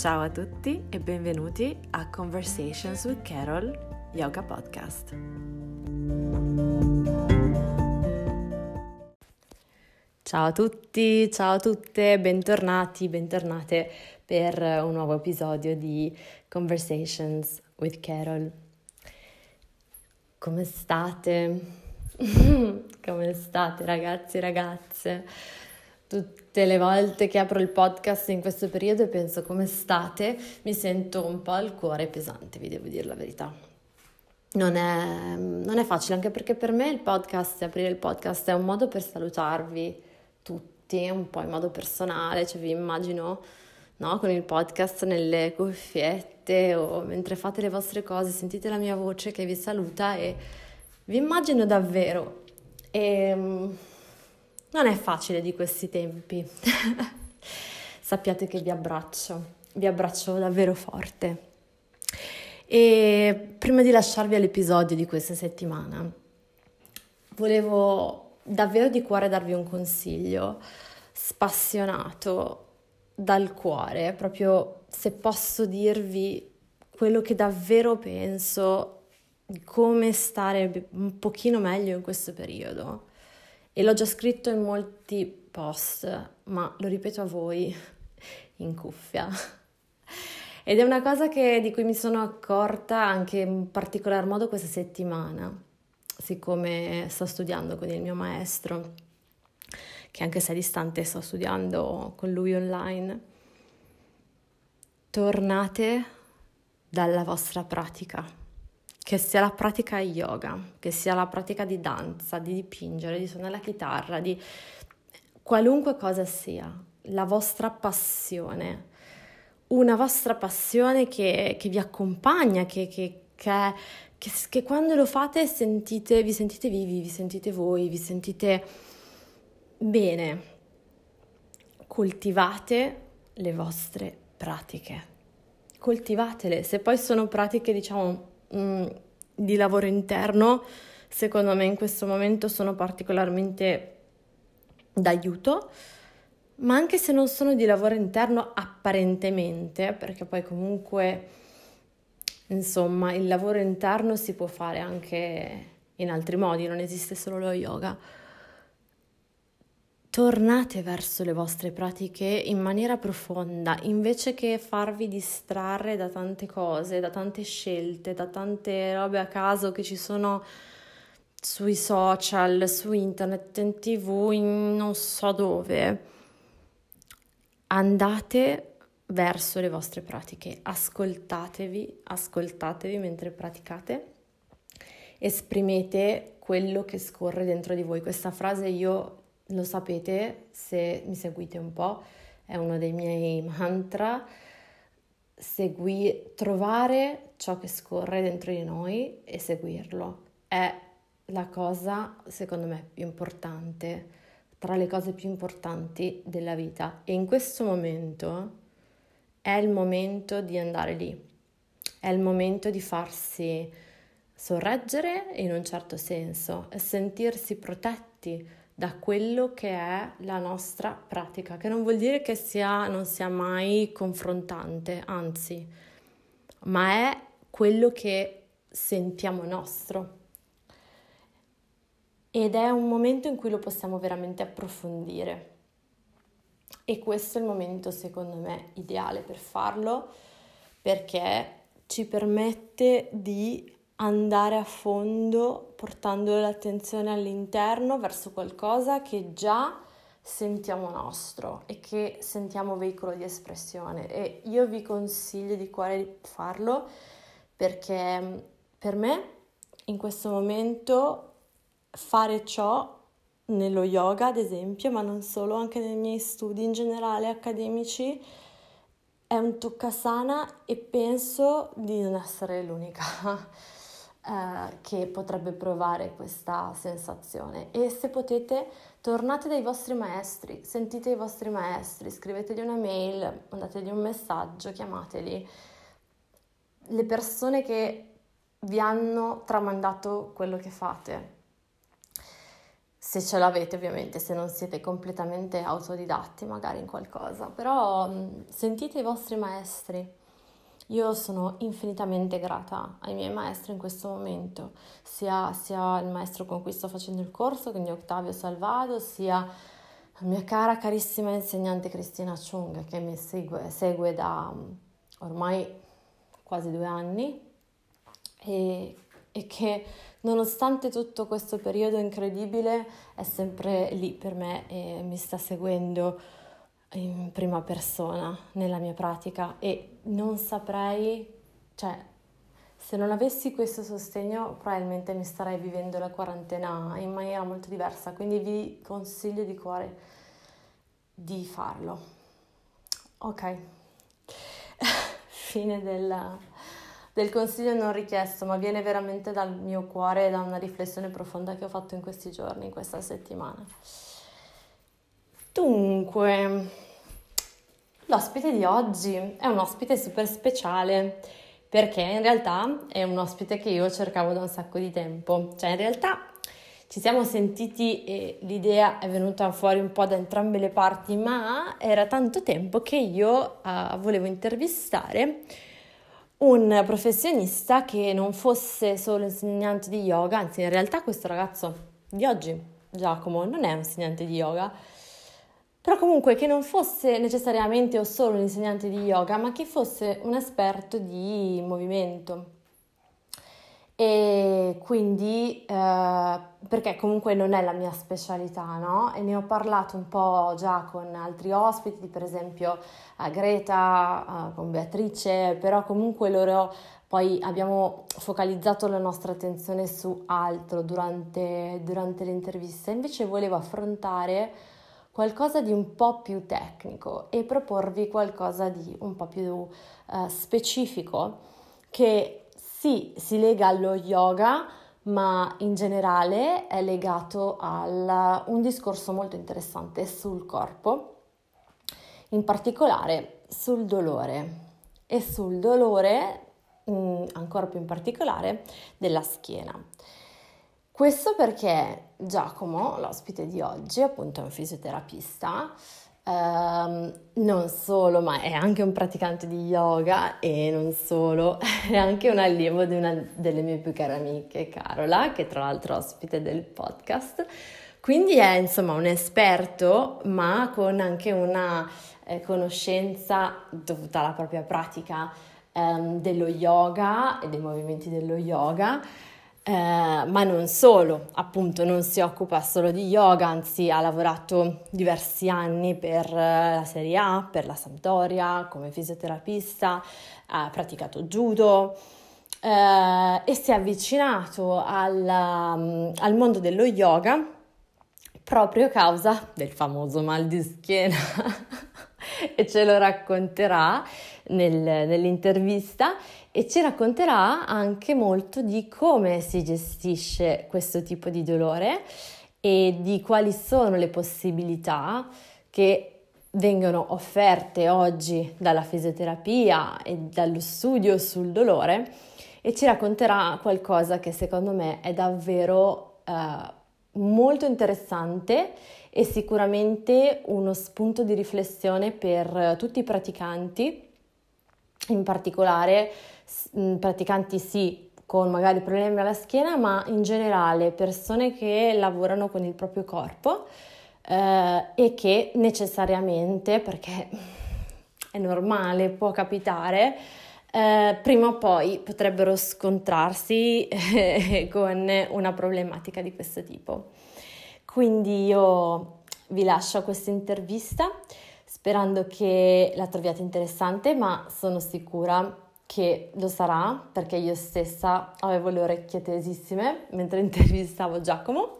Ciao a tutti e benvenuti a Conversations with Carol Yoga Podcast. Ciao a tutti, ciao a tutte, bentornati, bentornate per un nuovo episodio di Conversations with Carol. Come state? Come state ragazzi e ragazze? Tutte le volte che apro il podcast in questo periodo e penso come state, mi sento un po' al cuore pesante, vi devo dire la verità. Non è facile, anche perché per me aprire il podcast è un modo per salutarvi tutti, un po' in modo personale, cioè vi immagino, no, con il podcast nelle cuffiette o mentre fate le vostre cose, sentite la mia voce che vi saluta e vi immagino davvero. Non è facile di questi tempi. Sappiate che vi abbraccio davvero forte. E prima di lasciarvi all'episodio di questa settimana, volevo davvero di cuore darvi un consiglio spassionato dal cuore, proprio se posso dirvi quello che davvero penso di come stare un pochino meglio in questo periodo. E l'ho già scritto in molti post, ma lo ripeto a voi in cuffia. Ed è una cosa di cui mi sono accorta anche in particolar modo questa settimana, siccome sto studiando con il mio maestro, che anche se è distante sto studiando con lui online. Tornate dalla vostra pratica. Che sia la pratica yoga, che sia la pratica di danza, di dipingere, di suonare la chitarra, di qualunque cosa sia, la vostra passione, una vostra passione che vi accompagna, che quando lo fate vi sentite vivi, vi sentite voi, vi sentite bene. Coltivate le vostre pratiche, coltivatele, se poi sono pratiche di lavoro interno, secondo me in questo momento sono particolarmente d'aiuto, ma anche se non sono di lavoro interno apparentemente, perché poi comunque insomma il lavoro interno si può fare anche in altri modi, non esiste solo lo yoga. Tornate verso le vostre pratiche in maniera profonda, invece che farvi distrarre da tante cose, da tante scelte, da tante robe a caso che ci sono sui social, su internet, in TV, in non so dove. Andate verso le vostre pratiche, ascoltatevi mentre praticate, esprimete quello che scorre dentro di voi. Questa frase lo sapete, se mi seguite un po', è uno dei miei mantra, trovare ciò che scorre dentro di noi e seguirlo. È la cosa, secondo me, più importante, tra le cose più importanti della vita. E in questo momento è il momento di andare lì, è il momento di farsi sorreggere in un certo senso e sentirsi protetti da quello che è la nostra pratica, che non vuol dire che non sia mai confrontante, anzi, ma è quello che sentiamo nostro. Ed è un momento in cui lo possiamo veramente approfondire. E questo è il momento, secondo me, ideale per farlo, perché ci permette di andare a fondo portando l'attenzione all'interno verso qualcosa che già sentiamo nostro e che sentiamo veicolo di espressione. E io vi consiglio di cuore di farlo, perché per me in questo momento fare ciò nello yoga, ad esempio, ma non solo, anche nei miei studi in generale accademici, è un toccasana e penso di non essere l'unica che potrebbe provare questa sensazione. E se potete, tornate dai vostri maestri, sentite i vostri maestri, scrivetegli una mail, mandategli un messaggio, chiamateli. Le persone che vi hanno tramandato quello che fate. se ce l'avete ovviamente, se non siete completamente autodidatti magari in qualcosa, però sentite i vostri maestri. Io sono infinitamente grata ai miei maestri in questo momento, sia il maestro con cui sto facendo il corso, quindi Octavio Salvado, sia la mia cara carissima insegnante Cristina Chung che mi segue da ormai quasi 2 anni e che nonostante tutto questo periodo incredibile è sempre lì per me e mi sta seguendo in prima persona nella mia pratica e non saprei, cioè se non avessi questo sostegno probabilmente mi starei vivendo la quarantena in maniera molto diversa, quindi vi consiglio di cuore di farlo. Ok, fine del consiglio non richiesto, ma viene veramente dal mio cuore e da una riflessione profonda che ho fatto in questi giorni, in questa settimana. Dunque, l'ospite di oggi è un ospite super speciale perché in realtà è un ospite che io cercavo da un sacco di tempo. Cioè in realtà ci siamo sentiti e l'idea è venuta fuori un po' da entrambe le parti, ma era tanto tempo che io volevo intervistare un professionista che non fosse solo insegnante di yoga, anzi in realtà questo ragazzo di oggi, Giacomo, non è un insegnante di yoga, però comunque che non fosse necessariamente o solo un insegnante di yoga, ma che fosse un esperto di movimento. E quindi, perché comunque non è la mia specialità, no? E ne ho parlato un po' già con altri ospiti, per esempio a Greta, con Beatrice, però comunque loro poi abbiamo focalizzato la nostra attenzione su altro durante l'intervista. Invece volevo affrontare qualcosa di un po' più tecnico e proporvi qualcosa di un po' più specifico che sì, si lega allo yoga, ma in generale è legato a un discorso molto interessante sul corpo, in particolare sul dolore e sul dolore ancora più in particolare della schiena. Questo perché Giacomo, l'ospite di oggi, appunto è un fisioterapista, non solo, ma è anche un praticante di yoga e non solo, è anche un allievo di una delle mie più care amiche, Carola, che tra l'altro è ospite del podcast. Quindi è insomma un esperto, ma con anche una conoscenza dovuta alla propria pratica dello yoga e dei movimenti dello yoga. Ma non solo, appunto non si occupa solo di yoga, anzi ha lavorato diversi anni per la Serie A, per la Sampdoria, come fisioterapista, ha praticato judo e si è avvicinato al mondo dello yoga proprio a causa del famoso mal di schiena e ce lo racconterà nell'intervista e ci racconterà anche molto di come si gestisce questo tipo di dolore e di quali sono le possibilità che vengono offerte oggi dalla fisioterapia e dallo studio sul dolore e ci racconterà qualcosa che secondo me è davvero molto interessante e sicuramente uno spunto di riflessione per tutti i praticanti, in particolare praticanti sì con magari problemi alla schiena, ma in generale persone che lavorano con il proprio corpo e che necessariamente, perché è normale, può capitare, prima o poi potrebbero scontrarsi con una problematica di questo tipo. Quindi io vi lascio a questa intervista sperando che la troviate interessante, ma sono sicura che lo sarà perché io stessa avevo le orecchie tesissime mentre intervistavo Giacomo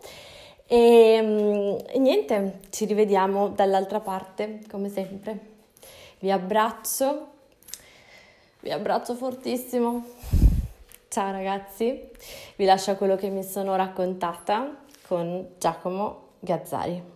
e niente, ci rivediamo dall'altra parte come sempre. Vi abbraccio fortissimo. Ciao ragazzi, vi lascio a quello che mi sono raccontata con Giacomo Gazzari.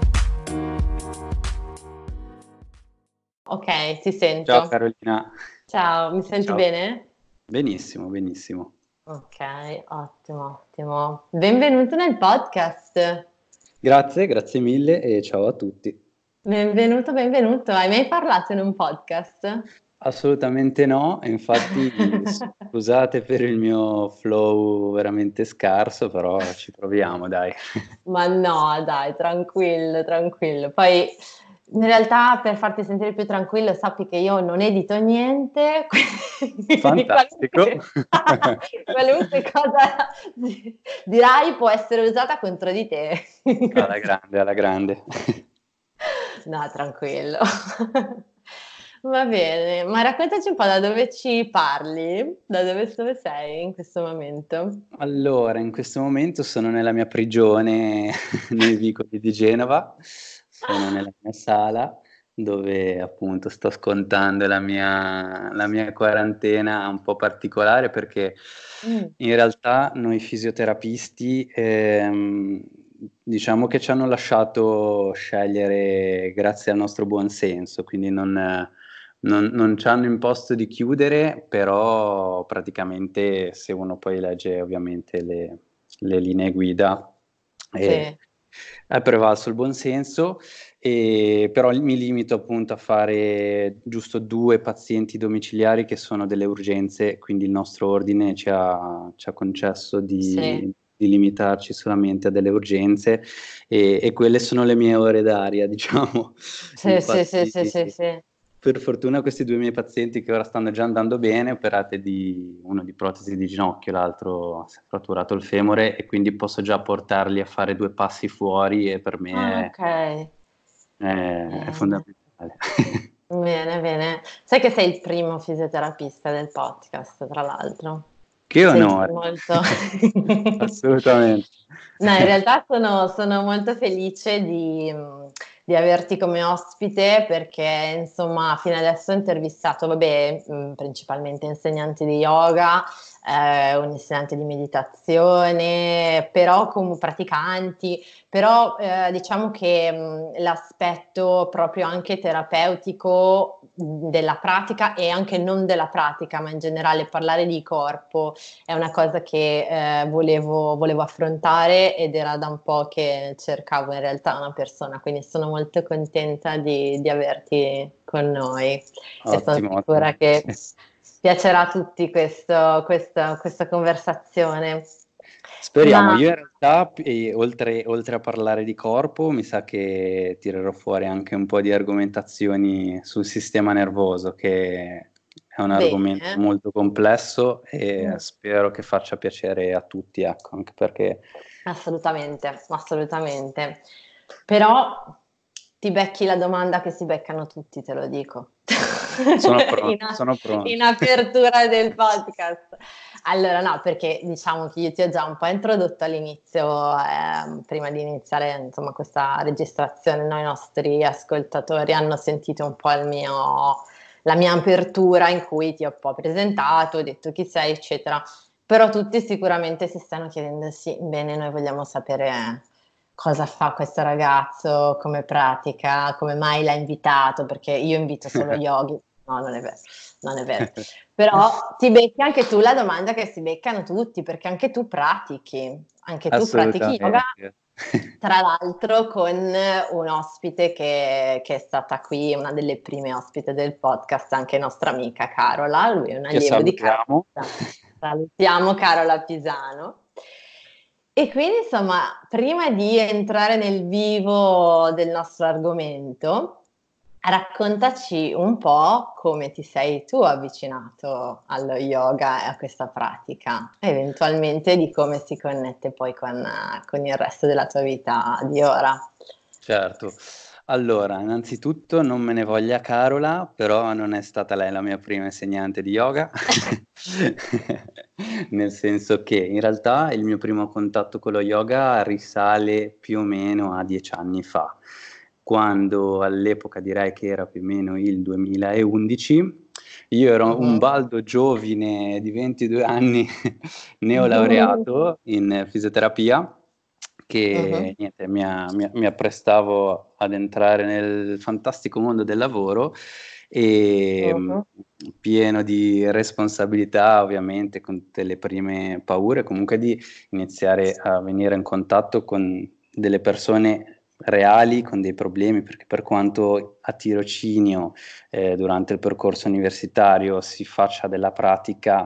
Ok, ti sento. Ciao Carolina. Ciao, mi senti Ciao. bene? Benissimo, benissimo. Ok, ottimo, ottimo. Benvenuto nel podcast. Grazie, grazie mille e ciao a tutti. Benvenuto, benvenuto. Hai mai parlato in un podcast? Assolutamente no, e infatti scusate per il mio flow veramente scarso, però ci proviamo, dai. Ma no, dai, tranquillo, tranquillo. Poi in realtà per farti sentire più tranquillo, sappi che io non edito niente, quindi Fantastico. qualunque cosa dirai può essere usata contro di te. Alla grande, alla grande. No, tranquillo. Va bene, ma raccontaci un po' da dove ci parli, dove sei in questo momento? Allora, in questo momento sono nella mia prigione nei vicoli di Genova, sono nella mia sala dove appunto sto scontando la mia quarantena un po' particolare perché Mm, in realtà noi fisioterapisti diciamo che ci hanno lasciato scegliere grazie al nostro buon senso, quindi non ci hanno imposto di chiudere, però praticamente se uno poi legge ovviamente le linee guida sì. è prevalso il buonsenso, però mi limito appunto a fare giusto 2 pazienti domiciliari che sono delle urgenze, quindi il nostro ordine ci ha concesso Sì, di limitarci solamente a delle urgenze e quelle sono le mie ore d'aria, diciamo. sì, sì, sì, Infatti, sì, sì, sì. per fortuna questi 2 miei pazienti che ora stanno già andando bene, operate uno di protesi di ginocchio, l'altro si è fratturato il femore e quindi posso già portarli a fare 2 passi fuori e per Ah, me ok. è Bene, fondamentale. bene, bene. Sai che sei il primo fisioterapista del podcast, tra l'altro. Che Sentimi onore! molto. Assolutamente. No, in realtà sono molto felice di averti come ospite perché, insomma, fino adesso ho intervistato, vabbè, principalmente insegnanti di yoga, un insegnante di meditazione, però come praticanti, però diciamo che l'aspetto proprio anche terapeutico della pratica e anche non della pratica, ma in generale parlare di corpo è una cosa che volevo affrontare ed era da un po' che cercavo in realtà una persona, quindi sono molto contenta di averti con noi e sono Ottimo, sicura ottimo. che piacerà a tutti questa conversazione. Speriamo, Ma io in realtà, oltre a parlare di corpo, mi sa che tirerò fuori anche un po' di argomentazioni sul sistema nervoso, che è un argomento bene. molto complesso e Mm. spero che faccia piacere a tutti, ecco, anche perché Assolutamente, assolutamente. Però ti becchi la domanda che si beccano tutti, te lo dico. sono In, pronto, a- sono in pronto. apertura del podcast. Allora, no, perché diciamo che io ti ho già un po' introdotto all'inizio, prima di iniziare, insomma, questa registrazione, no, i nostri ascoltatori hanno sentito un po' la mia apertura in cui ti ho un po' presentato, ho detto chi sei, eccetera. Però tutti sicuramente si stanno chiedendo, sì, bene, noi vogliamo sapere cosa fa questo ragazzo, come pratica, come mai l'ha invitato, perché io invito solo yogi. No, non è vero, non è vero. Però ti becchi anche tu la domanda che si beccano tutti, perché anche tu pratichi yoga, Assolutamente. tra l'altro con un ospite che è stata qui, una delle prime ospite del podcast, anche nostra amica Carola, lui è un Che allievo di Carola salutiamo. Pisano. Salutiamo Carola Pisano. E quindi, insomma, prima di entrare nel vivo del nostro argomento, raccontaci un po' come ti sei tu avvicinato allo yoga e a questa pratica, eventualmente di come si connette poi con il resto della tua vita di ora. Certo, allora, innanzitutto non me ne voglia Carola, però non è stata lei la mia prima insegnante di yoga, nel senso che in realtà il mio primo contatto con lo yoga risale più o meno a 10 anni fa, quando all'epoca direi che era più o meno il 2011, io ero un Mhm. baldo giovine di 22 anni, neolaureato in fisioterapia, che Mhm. niente, mi apprestavo ad entrare nel fantastico mondo del lavoro e Mhm. pieno di responsabilità, ovviamente, con tutte le prime paure, comunque di iniziare a venire in contatto con delle persone reali, con dei problemi, perché per quanto a tirocinio durante il percorso universitario si faccia della pratica,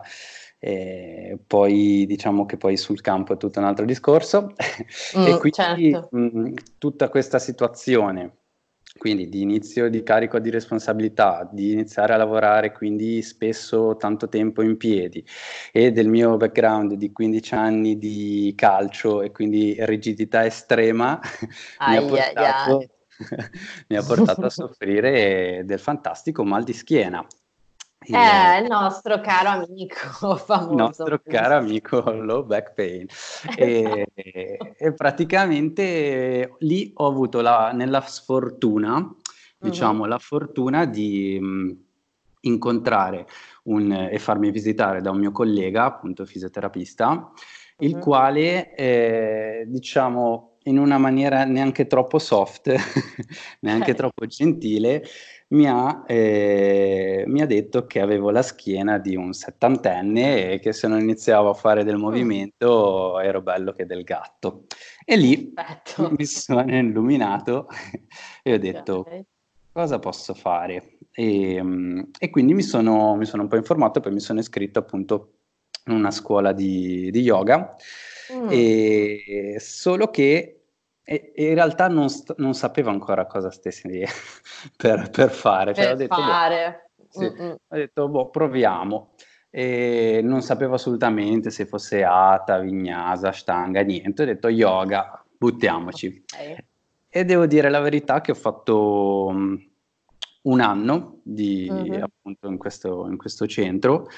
poi diciamo che poi sul campo è tutto un altro discorso e quindi Certo. tutta questa situazione, quindi di inizio di carico di responsabilità, di iniziare a lavorare quindi spesso tanto tempo in piedi e del mio background di 15 anni di calcio e quindi rigidità estrema mi ha Ai, ai, ai. portato, mi ha portato a soffrire del fantastico mal di schiena. Il Il nostro caro amico famoso. nostro caro amico low back pain. E praticamente lì ho avuto nella sfortuna, Mhm, diciamo, la fortuna di incontrare e farmi visitare da un mio collega, appunto fisioterapista, il mhm. quale, diciamo, in una maniera neanche troppo soft, neanche troppo gentile, mi ha detto che avevo la schiena di un settantenne e che se non iniziavo a fare del Mm, movimento ero bello che del gatto. E lì perfetto. mi sono illuminato e ho detto Ok. cosa posso fare? E quindi mi sono un po' informato, poi mi sono iscritto appunto in una scuola di yoga, Mm, e solo che in realtà non sapevo ancora cosa stessi per fare, cioè ho per detto, boh, fare. sì, Mm. ho detto, boh, proviamo. E non sapevo assolutamente se fosse Hatha, Vinyasa, Ashtanga, niente. Ho detto yoga, buttiamoci. Ok. E devo dire la verità che ho fatto un anno Mhm. appunto in questo centro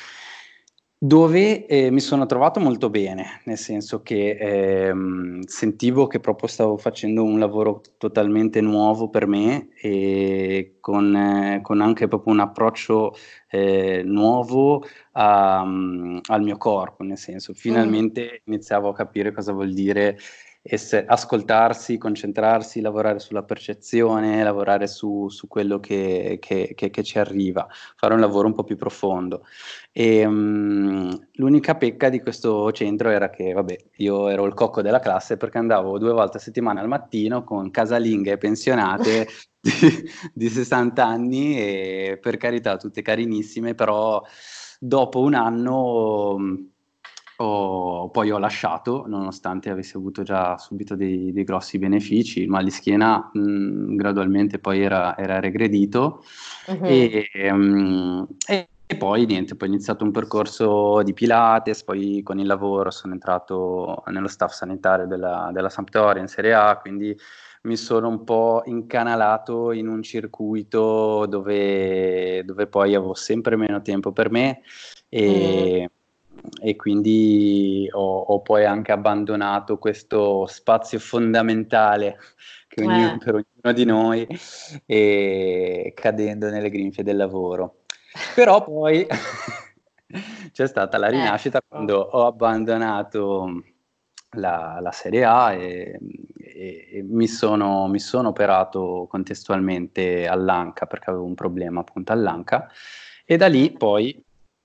dove mi sono trovato molto bene, nel senso che sentivo che proprio stavo facendo un lavoro totalmente nuovo per me e con anche proprio un approccio nuovo al mio corpo, nel senso Mm. finalmente iniziavo a capire cosa vuol dire ascoltarsi, concentrarsi, lavorare sulla percezione, lavorare su quello che ci arriva, fare un lavoro un po' più profondo. E, l'unica pecca di questo centro era che, vabbè, io ero il cocco della classe perché andavo 2 volte a settimana al mattino con casalinghe pensionate di, di 60 anni e per carità tutte carinissime, però dopo un anno poi ho lasciato, nonostante avessi avuto già subito dei grossi benefici. Il mal di schiena gradualmente poi era regredito Mhm. e poi niente, poi ho iniziato un percorso di Pilates, poi con il lavoro sono entrato nello staff sanitario della Sampdoria in Serie A, quindi mi sono un po' incanalato in un circuito dove poi avevo sempre meno tempo per me Mm. e, e quindi ho poi anche abbandonato questo spazio fondamentale Eh. per ognuno di noi e cadendo nelle grinfie del lavoro. Però poi c'è stata la rinascita Ecco. quando ho abbandonato la Serie A e mi sono operato contestualmente all'anca perché avevo un problema appunto all'anca e da lì Mm. poi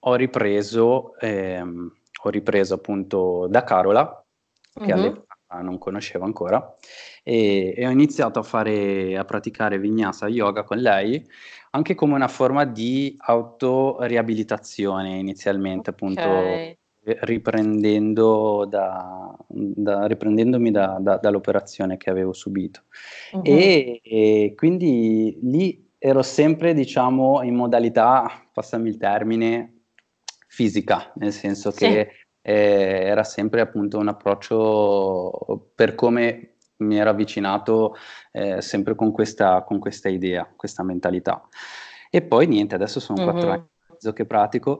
ho ripreso appunto da Carola che Mhm. all'epoca non conoscevo ancora e ho iniziato a praticare Vinyasa Yoga con lei anche come una forma di autoriabilitazione inizialmente, appunto Ok. riprendendomi dall'operazione che avevo subito. Mhm. E quindi lì ero sempre, diciamo, in modalità, passami il termine, fisica, nel senso Sì. che era sempre appunto un approccio per come mi ero avvicinato sempre con questa idea, questa mentalità. E poi niente, adesso sono 4 anni Mhm. e mezzo che pratico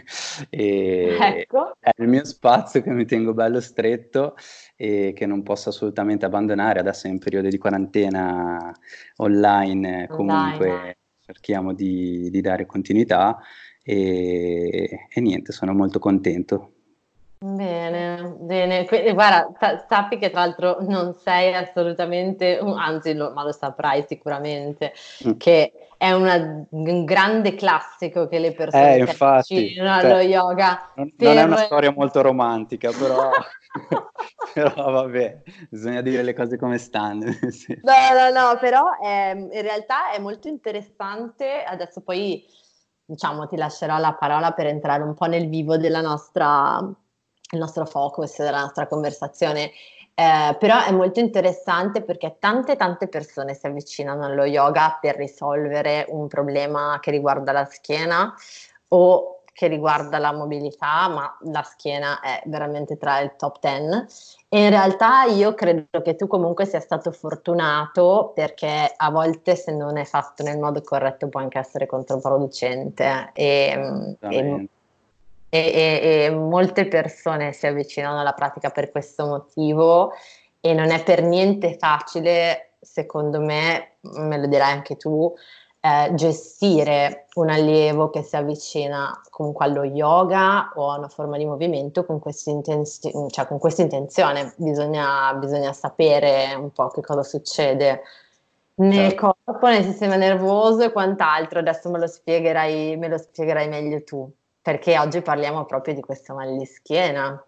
e Ecco. è il mio spazio che mi tengo bello stretto e che non posso assolutamente abbandonare. Adesso è in periodo di quarantena online, Online. comunque cerchiamo di dare continuità e niente, sono molto contento. Bene, Bene, guarda, sappi che tra l'altro non sei assolutamente, anzi, ma lo saprai sicuramente, Mm. che è un grande classico che le persone si Infatti, avvicinano cioè, allo yoga non è una per... storia molto romantica, però, però vabbè, bisogna dire le cose come stanno. Nel senso. No, no, no, però in realtà è molto interessante. Adesso poi, diciamo, ti lascerò la parola per entrare un po' nel vivo il nostro focus della nostra conversazione. Però è molto interessante perché tante persone si avvicinano allo yoga per risolvere un problema che riguarda la schiena o che riguarda la mobilità, ma la schiena è veramente tra il top 10. E in realtà io credo che tu comunque sia stato fortunato perché a volte se non è fatto nel modo corretto può anche essere controproducente Assolutamente. e molte persone si avvicinano alla pratica per questo motivo e non è per niente facile, secondo me, me lo dirai anche tu, gestire un allievo che si avvicina comunque allo yoga o a una forma di movimento con cioè con questa intenzione. Bisogna sapere un po' che cosa succede nel Certo. corpo, nel sistema nervoso e quant'altro. Adesso me lo spiegherai meglio tu, perché oggi parliamo proprio di questo mal di schiena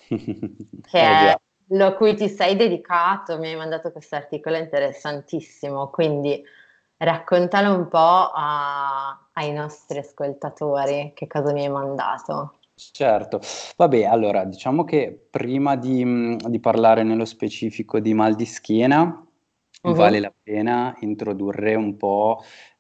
che è Già. a cui ti sei dedicato, mi hai mandato questo articolo interessantissimo, quindi raccontalo un po' ai nostri ascoltatori che cosa mi hai mandato. Certo, vabbè, allora diciamo che prima di parlare nello specifico di mal di schiena, vale Mhm. la pena introdurre un po'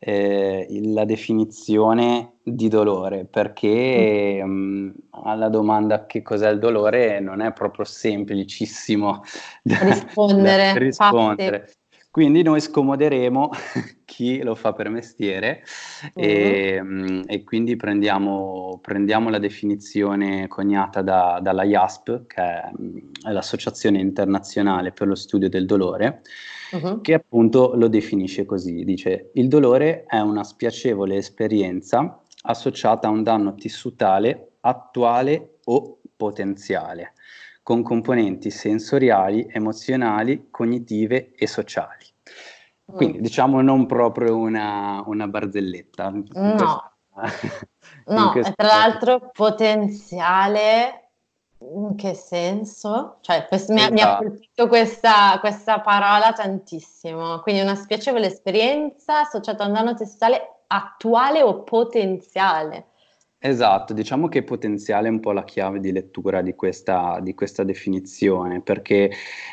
la definizione di dolore, perché alla domanda che cos'è il dolore non è proprio semplicissimo da, da Rispondere, infatti. rispondere. Quindi noi scomoderemo chi lo fa per mestiere Mhm. e quindi prendiamo la definizione coniata dalla IASP, che è l'Associazione Internazionale per lo Studio del Dolore, Mhm. che appunto lo definisce così. Dice: il dolore è una spiacevole esperienza associata a un danno tissutale attuale o potenziale, con componenti sensoriali, emozionali, cognitive e sociali. Quindi Mm. diciamo non proprio una barzelletta in questo, No, in no, e questo tra modo. l'altro potenziale, in che senso? Cioè, mi ha Esatto. colpito questa parola tantissimo. Quindi una spiacevole esperienza associata a un danno testale attuale o potenziale. Esatto, diciamo che potenziale è un po' la chiave di lettura di questa definizione, perché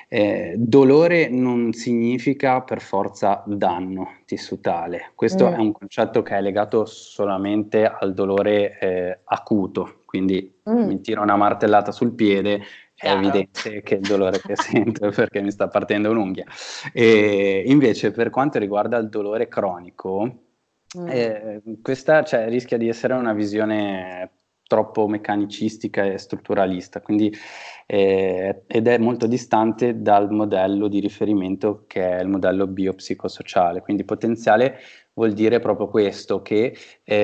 dolore non significa per forza danno tissutale. Questo è Mm, un concetto che è legato solamente al dolore acuto, quindi mi mm, tiro una martellata sul piede, è chiaro. evidente che il dolore che sento è perché mi sta partendo un'unghia. E invece per quanto riguarda il dolore cronico, Mm, questa, cioè, rischia di essere una visione troppo meccanicistica e strutturalista, quindi, ed è molto distante dal modello di riferimento che è il modello biopsicosociale. Quindi potenziale vuol dire proprio questo, che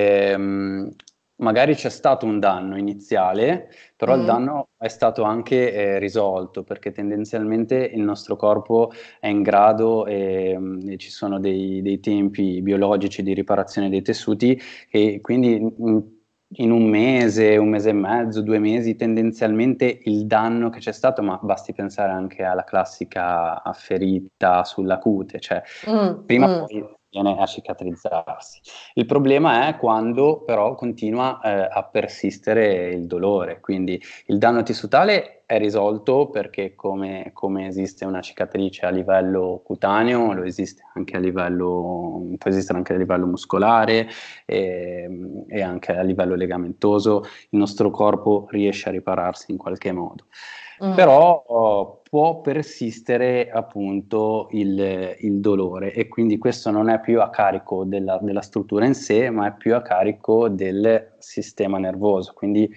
magari c'è stato un danno iniziale, però il mm, danno è stato anche risolto, perché tendenzialmente il nostro corpo è in grado e ci sono dei tempi biologici di riparazione dei tessuti e quindi in un mese e mezzo, 2 mesi, tendenzialmente il danno che c'è stato, ma basti pensare anche alla classica ferita sulla cute, cioè mm, prima o mm. poi viene a cicatrizzarsi. Il problema è quando però continua a persistere il dolore, quindi il danno tissutale è risolto perché come esiste una cicatrice a livello cutaneo, lo esiste anche a livello, può esistere anche a livello muscolare e anche a livello legamentoso, il nostro corpo riesce a ripararsi in qualche modo. Mm. Però può persistere appunto il dolore e quindi questo non è più a carico della struttura in sé, ma è più a carico del sistema nervoso, quindi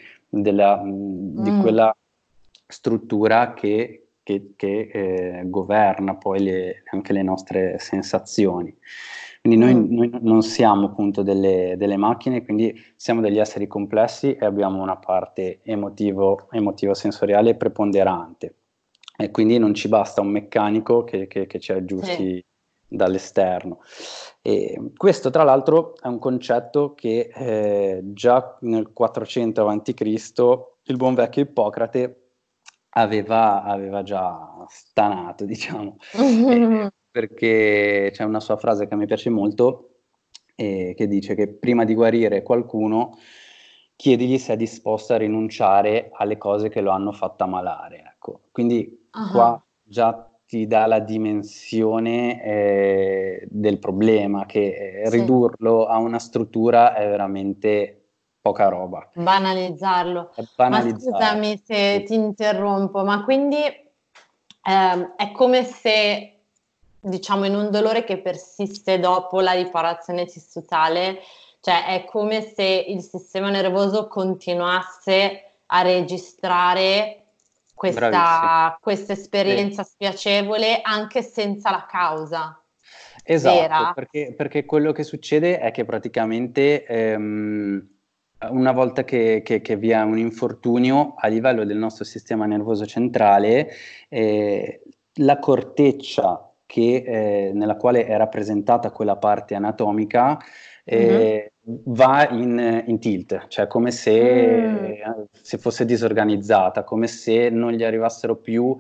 di Mm. quella struttura che governa poi anche le nostre sensazioni. Quindi Mm. noi non siamo appunto delle macchine, quindi siamo degli esseri complessi e abbiamo una parte emotivo-sensoriale preponderante. E quindi non ci basta un meccanico che ci Sì. aggiusti dall'esterno. E questo, tra l'altro, è un concetto che già nel 400 a.C. il buon vecchio Ippocrate aveva già stanato, diciamo, perché c'è una sua frase che mi piace molto, che dice che prima di guarire qualcuno, chiedigli se è disposto a rinunciare alle cose che lo hanno fatto ammalare. Ecco. Quindi qua Ah, già ti dà la dimensione del problema, che sì. ridurlo a una struttura è veramente poca roba. Banalizzarlo. È Ma banalizzare. scusami se Sì. ti interrompo, ma quindi è come se, diciamo, in un dolore che persiste dopo la riparazione tissutale, cioè è come se il sistema nervoso continuasse a registrare Bravissimo. questa Sì. esperienza spiacevole anche senza la causa Esatto, vera. perché quello che succede è che praticamente una volta che vi è un infortunio a livello del nostro sistema nervoso centrale, la corteccia nella quale è rappresentata quella parte anatomica Mhm. va in tilt, cioè come Mm, se fosse disorganizzata, come se non gli arrivassero più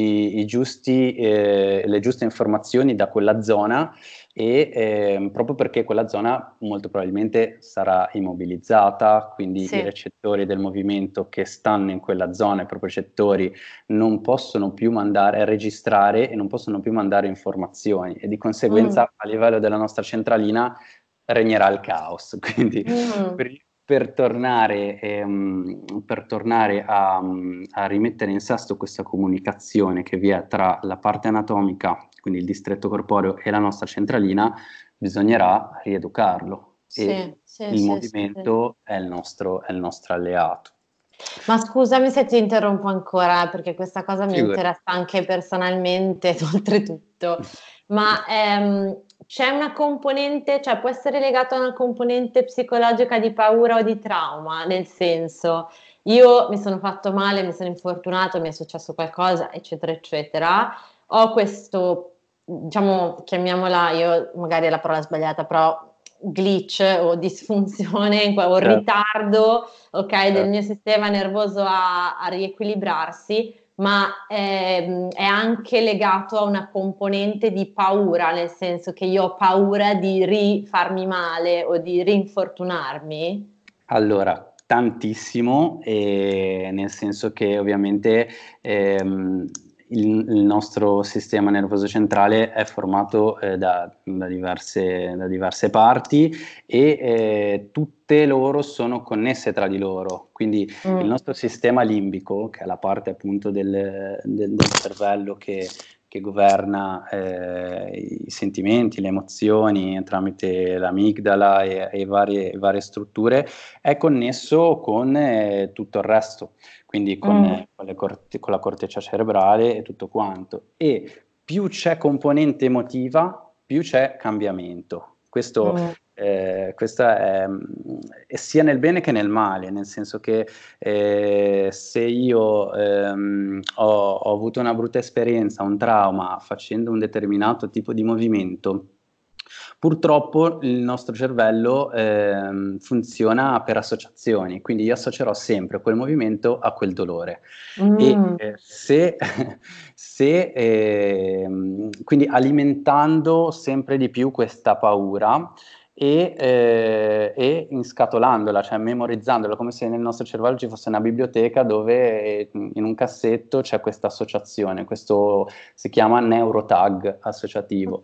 le giuste informazioni da quella zona e proprio perché quella zona molto probabilmente sarà immobilizzata, quindi i sì. recettori del movimento che stanno in quella zona, i proprecettori, non possono più registrare e non possono più mandare informazioni e di Mm, conseguenza a livello della nostra centralina regnerà il caos. Quindi mm. per tornare a rimettere in sesto questa comunicazione che vi è tra la parte anatomica, quindi il distretto corporeo, e la nostra centralina, bisognerà rieducarlo e Sì, sì, il sì, sì, sì. movimento è il nostro alleato. Ma scusami se ti interrompo ancora, perché questa cosa mi Figurati. interessa anche personalmente, oltretutto. Ma c'è una componente, cioè può essere legata a una componente psicologica di paura o di trauma, nel senso, io mi sono fatto male, mi sono infortunato, mi è successo qualcosa, eccetera, eccetera. Ho questo, diciamo, chiamiamola, io magari è la parola sbagliata, però glitch o disfunzione o Certo, ritardo, ok, del certo. mio sistema nervoso a riequilibrarsi, ma è anche legato a una componente di paura, nel senso che io ho paura di rifarmi male o di rinfortunarmi. Allora, tantissimo, nel senso che ovviamente ehm, il nostro sistema nervoso centrale è formato da diverse parti e tutte loro sono connesse tra di loro. Quindi il Mm, nostro sistema limbico, che è la parte appunto del cervello che governa i sentimenti, le emozioni tramite l'amigdala e varie strutture, è connesso con tutto il resto, quindi mm, con la corteccia cerebrale e tutto quanto. E più c'è componente emotiva, più c'è cambiamento. mm, Questa è sia nel bene che nel male, nel senso che se io ho avuto una brutta esperienza, un trauma facendo un determinato tipo di movimento, purtroppo il nostro cervello funziona per associazioni, quindi io associerò sempre quel movimento a quel dolore. E mm. quindi alimentando sempre di più questa paura e inscatolandola, cioè memorizzandola, come se nel nostro cervello ci fosse una biblioteca dove in un cassetto c'è questa associazione, questo si chiama neurotag associativo. Ok.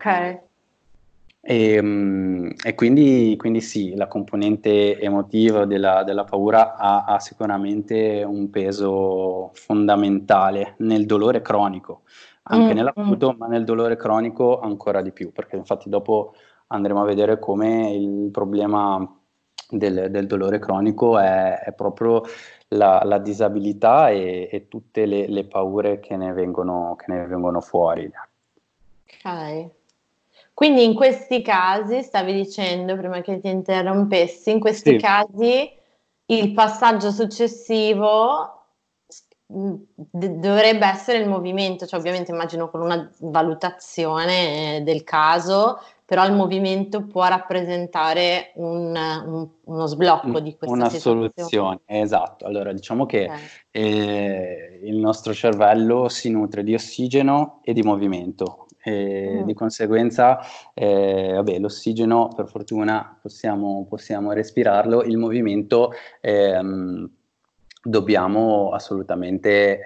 E quindi sì, la componente emotiva della paura ha sicuramente un peso fondamentale nel dolore cronico, anche Mm, mm. nell'acuto, ma nel dolore cronico ancora di più, perché infatti dopo andremo a vedere come il problema del dolore cronico è proprio la disabilità e tutte le paure che ne vengono fuori. Ok. Quindi in questi casi, stavi dicendo, prima che ti interrompessi, in questi Sì. casi il passaggio successivo dovrebbe essere il movimento, cioè ovviamente immagino con una valutazione del caso, però il movimento può rappresentare uno sblocco di questa Una situazione. soluzione, esatto. Allora, diciamo che Ok. il nostro cervello si nutre di ossigeno e di movimento. E di Mm. conseguenza, vabbè, l'ossigeno per fortuna possiamo respirarlo, il movimento dobbiamo assolutamente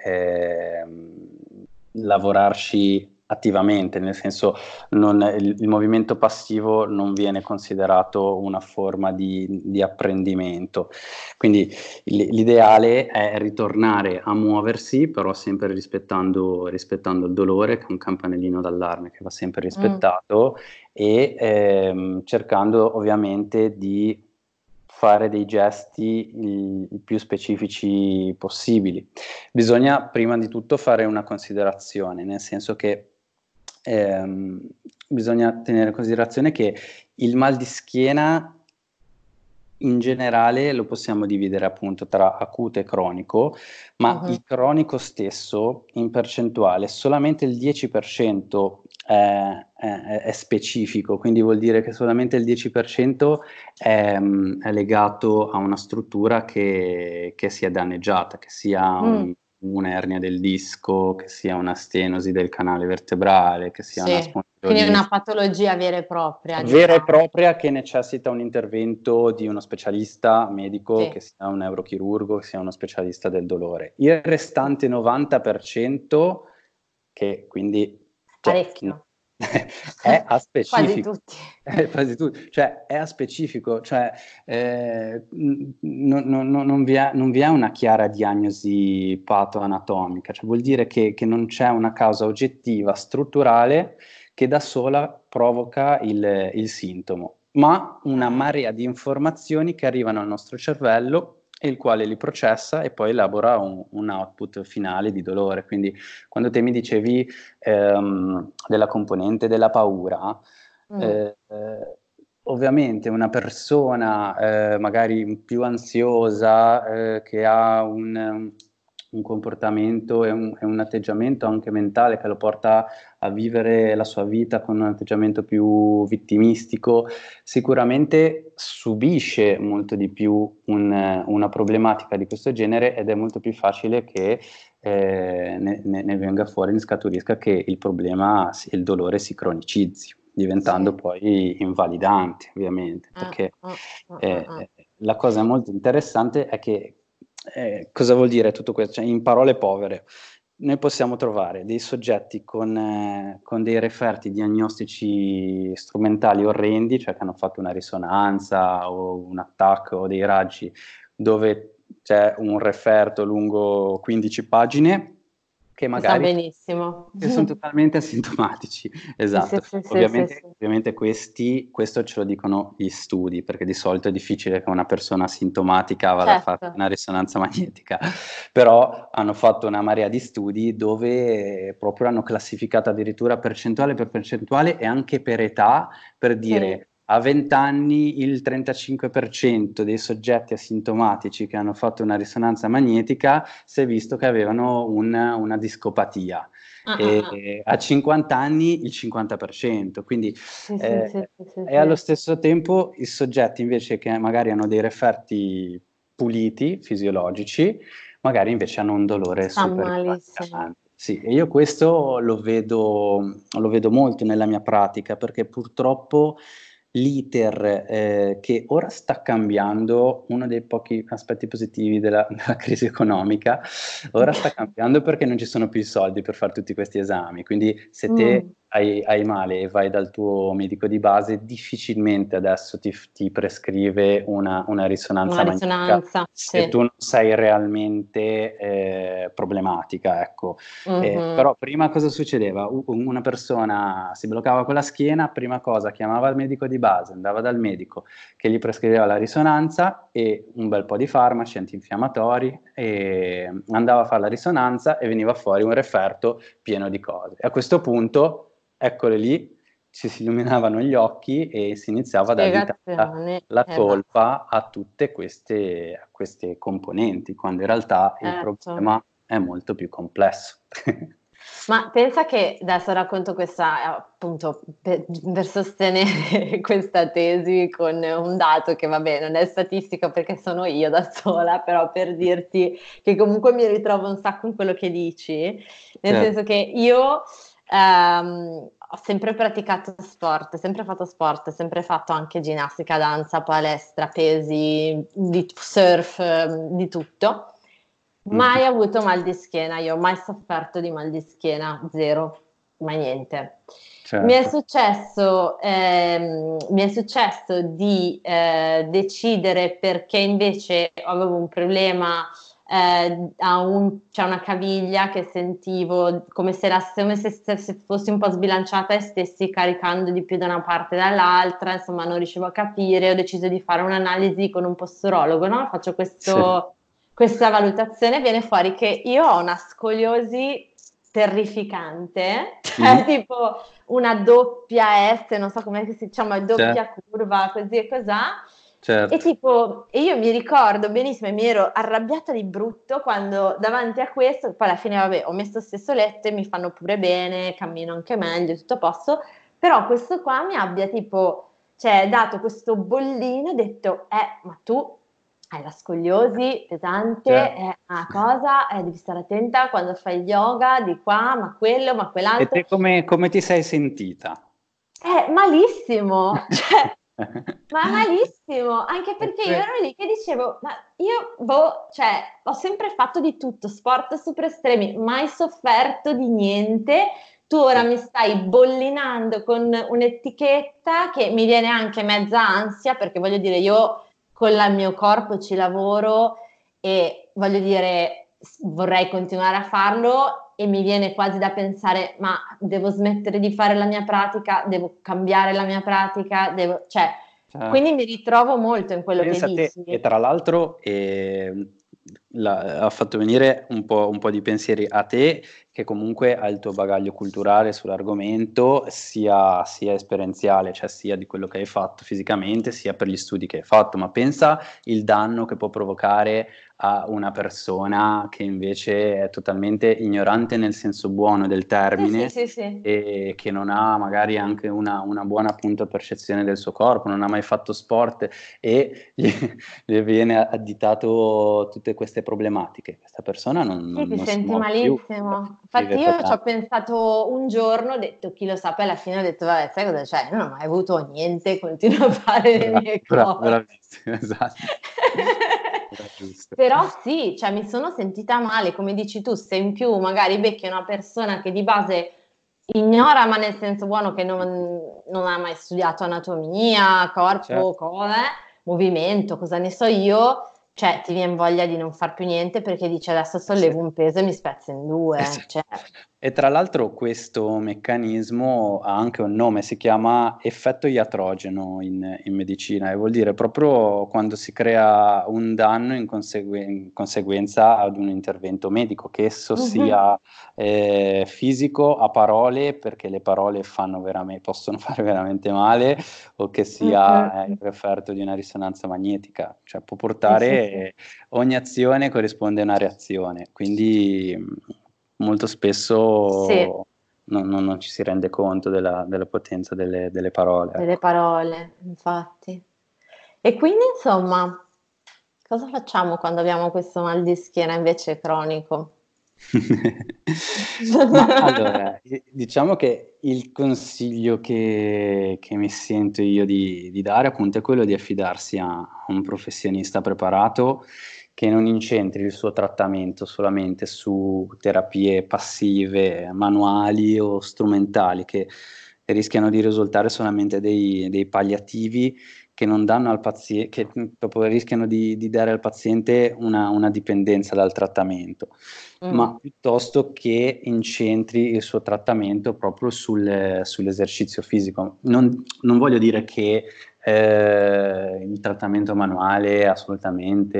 lavorarci attivamente, nel senso il movimento passivo non viene considerato una forma di apprendimento. Quindi l'ideale è ritornare a muoversi, però sempre rispettando il dolore, che è un campanellino d'allarme che va sempre Mm. rispettato, e cercando ovviamente di fare dei gesti il più specifici possibili. Bisogna prima di tutto fare una considerazione, nel senso che bisogna tenere in considerazione che il mal di schiena in generale lo possiamo dividere appunto tra acuto e cronico, ma il Mhm. cronico stesso in percentuale solamente il 10% è specifico, quindi vuol dire che solamente il 10% è legato a una struttura che sia danneggiata, che sia Mm. un'ernia del disco, che sia una stenosi del canale vertebrale, che sia una Sì, quindi è una spondilolisi patologia vera e propria, vera e diciamo. propria che necessita un intervento di uno specialista medico, che Sì, sia un neurochirurgo, che sia uno specialista del dolore. Il restante 90%, che quindi cioè, parecchio. è a Quasi specifico, tutti. quasi tutto, cioè è a specifico, cioè non vi è una chiara diagnosi patoanatomica, cioè vuol dire che non c'è una causa oggettiva, strutturale, che da sola provoca il sintomo, ma una marea di informazioni che arrivano al nostro cervello e il quale li processa e poi elabora un output finale di dolore. Quindi quando te mi dicevi della componente della paura, Mm. eh, eh, ovviamente una persona magari più ansiosa, che ha un comportamento e un atteggiamento anche mentale che lo porta a vivere la sua vita con un atteggiamento più vittimistico, sicuramente subisce molto di più una problematica di questo genere ed è molto più facile che ne venga fuori, ne scaturisca che il problema, il dolore si cronicizzi, diventando Sì. poi invalidante, ovviamente, Ah, perché ah, ah, ah, eh, ah. la cosa molto interessante è che cosa vuol dire tutto questo? Cioè, in parole povere, noi possiamo trovare dei soggetti con dei referti diagnostici strumentali orrendi, cioè che hanno fatto una risonanza o un attacco o dei raggi dove c'è un referto lungo 15 pagine che Si sa magari benissimo. che sono totalmente asintomatici. Sì, sì, Esatto. sì, sì, sì, Ovviamente, sì. ovviamente questo ce lo dicono gli studi, perché di solito è difficile che una persona asintomatica vada a fare Certo. una risonanza magnetica, però hanno fatto una marea di studi dove proprio hanno classificato addirittura percentuale per percentuale e anche per età, per Sì. dire a 20 anni il 35% dei soggetti asintomatici che hanno fatto una risonanza magnetica si è visto che avevano una discopatia. Ah, ah, ah. E a 50 anni il 50%, quindi Sì, sì, eh, sì, sì, sì, e allo sì. stesso tempo i soggetti invece che magari hanno dei referti puliti, fisiologici, magari invece hanno un dolore Sta super malissimo. invalidante. Sì, e io questo lo vedo molto nella mia pratica perché purtroppo l'iter che ora sta cambiando, uno dei pochi aspetti positivi della crisi economica, ora sta cambiando perché non ci sono più i soldi per fare tutti questi esami. Quindi se te Mm. hai male e vai dal tuo medico di base, difficilmente adesso ti prescrive una risonanza Una magnetica risonanza, se tu sì. non sei realmente problematica, ecco. Mhm. Però prima cosa succedeva? Una persona si bloccava con la schiena, prima cosa chiamava il medico di base, andava dal medico che gli prescriveva la risonanza e un bel po' di farmaci antinfiammatori e andava a fare la risonanza e veniva fuori un referto pieno di cose. E a questo punto, eccole lì, ci si illuminavano gli occhi e si iniziava ad additare Spiegazione, la e basta. colpa a tutte queste componenti, quando in realtà il Certo. problema è molto più complesso. Ma pensa che adesso racconto questa, appunto, per sostenere questa tesi con un dato che, vabbè, non è statistico perché sono io da sola, però per dirti che comunque mi ritrovo un sacco in quello che dici, nel Certo. senso che io ho sempre praticato sport, sempre fatto sport, sempre fatto anche ginnastica, danza, palestra, pesi, di surf, di tutto. Mhm. Mai avuto mal di schiena, io ho mai sofferto di mal di schiena, zero, mai niente. Certo. Mi è successo di decidere perché invece avevo un problema c'è una caviglia che sentivo come se fossi un po' sbilanciata e stessi caricando di più da una parte e dall'altra, insomma non riuscivo a capire, ho deciso di fare un'analisi con un posturologo, no? Faccio Sì. questa valutazione, viene fuori che io ho una scoliosi terrificante, cioè Mhm. tipo una doppia S, non so come si chiama, Certo. doppia curva, così e cos'ha. E Certo. tipo, e io mi ricordo benissimo e mi ero arrabbiata di brutto quando davanti a questo, poi alla fine vabbè, ho messo stesso letto e mi fanno pure bene, cammino anche meglio, tutto a posto, però questo qua mi abbia tipo, cioè, dato questo bollino e detto, ma tu hai la scoliosi pesante, Certo. è una cosa, devi stare attenta quando fai yoga, di qua, ma quello, ma E quell'altro. te come ti sei sentita? Malissimo, cioè, ma malissimo, anche E perché io que- ero lì che dicevo, ma io, boh, cioè, ho sempre fatto di tutto, sport super estremi, mai sofferto di niente. Tu ora Sì. mi stai bollinando con un'etichetta che mi viene anche mezza ansia, perché voglio dire, io con il mio corpo ci lavoro e voglio dire, vorrei continuare a farlo e mi viene quasi da pensare, ma devo smettere di fare la mia pratica, devo cambiare la mia pratica, cioè, Certo. quindi mi ritrovo molto in quello che Pensa a te, dici. e tra l'altro ha fatto venire un po' di pensieri a te, che comunque ha il tuo bagaglio culturale sull'argomento, sia esperienziale, cioè sia di quello che hai fatto fisicamente, sia per gli studi che hai fatto, ma pensa il danno che può provocare a una persona che invece è totalmente ignorante nel senso buono del Sì, sì, termine sì, sì. e che non ha magari anche una buona appunto percezione del suo corpo, non ha mai fatto sport e gli viene additato tutte queste problematiche. Questa persona Sì, ti non si senti muove più, malissimo. Infatti vive io per ci ho l'anno. pensato un giorno, ho detto chi lo sa, poi alla fine ho detto vabbè, sai cosa c'è? Io non ho mai avuto niente, continuo a fare le Bravo, mie cose. bravissimo, esatto. Era giusto. Però sì, cioè mi sono sentita male, come dici tu, se in più magari becchi una persona che di base ignora, ma nel senso buono che non ha mai studiato anatomia, corpo, Certo. cose, movimento, cosa ne so io, cioè ti viene voglia di non far più niente perché dici adesso Sì. sollevo un peso e mi spezzo in due, Esatto. cioè. E tra l'altro questo meccanismo ha anche un nome, si chiama effetto iatrogeno in medicina e vuol dire proprio quando si crea un danno in conseguenza ad un intervento medico, che esso Mhm, sia fisico a parole, perché le parole possono fare veramente male, o che mm, sia il mm. referto di una risonanza magnetica, cioè può Sì, sì, sì. portare ogni azione corrisponde a una reazione, quindi molto Sì, spesso non ci si rende conto della potenza delle parole, delle ecco. parole, infatti. E quindi, insomma, cosa facciamo quando abbiamo questo mal di schiena invece cronico? Ma allora, diciamo che il consiglio che mi sento io di dare appunto è quello di affidarsi a un professionista preparato che non incentri il suo trattamento solamente su terapie passive, manuali o strumentali, che rischiano di risultare solamente dei palliativi che non danno al paziente, che proprio rischiano di dare al paziente una dipendenza dal trattamento, Mm. ma piuttosto che incentri il suo trattamento proprio sull'esercizio fisico. Non voglio dire che il trattamento manuale assolutamente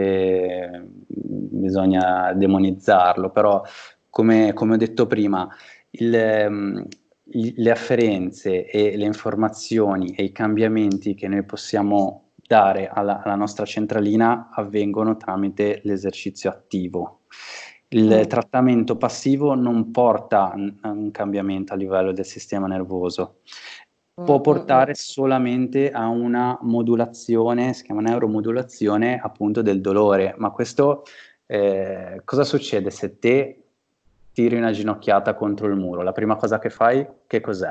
bisogna demonizzarlo, però come ho detto prima, il, ehm, le afferenze e le informazioni e i cambiamenti che noi possiamo dare alla nostra centralina avvengono tramite l'esercizio attivo. Il trattamento passivo non porta a un cambiamento a livello del sistema nervoso, può portare solamente a una modulazione, si chiama neuromodulazione appunto del dolore, ma questo cosa succede se te tiri una ginocchiata contro il muro? La prima cosa che fai, che cos'è?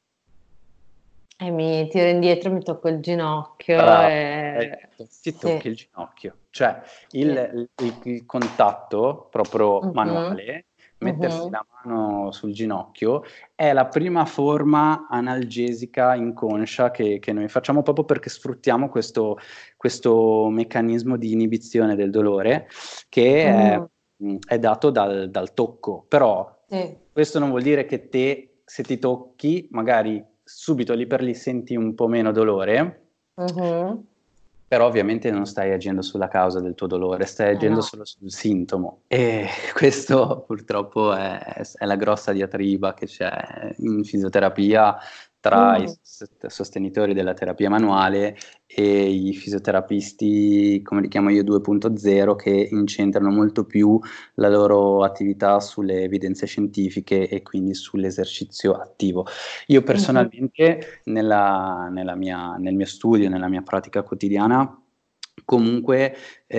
E mi tiro indietro, mi tocco il ginocchio Ti tocchi il ginocchio, cioè il contatto proprio manuale, mettersi la mano sul ginocchio è la prima forma analgesica inconscia che noi facciamo proprio perché sfruttiamo questo meccanismo di inibizione del dolore che è dato dal tocco, però questo non vuol dire che te, se ti tocchi, magari subito lì per lì senti un po' meno dolore, però ovviamente non stai agendo sulla causa del tuo dolore, stai agendo solo sul sintomo, e questo purtroppo è la grossa diatriba che c'è in fisioterapia tra i sostenitori della terapia manuale e i fisioterapisti, come li chiamo io, 2.0, che incentrano molto più la loro attività sulle evidenze scientifiche e quindi sull'esercizio attivo. Io personalmente nel mio studio, nella mia pratica quotidiana, comunque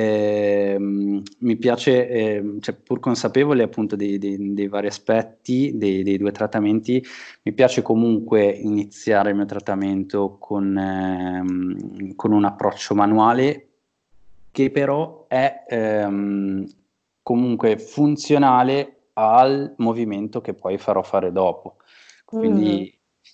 mi piace, cioè, pur consapevole appunto dei vari aspetti dei due trattamenti, mi piace comunque iniziare il mio trattamento con un approccio manuale che però è comunque funzionale al movimento che poi farò fare dopo. Quindi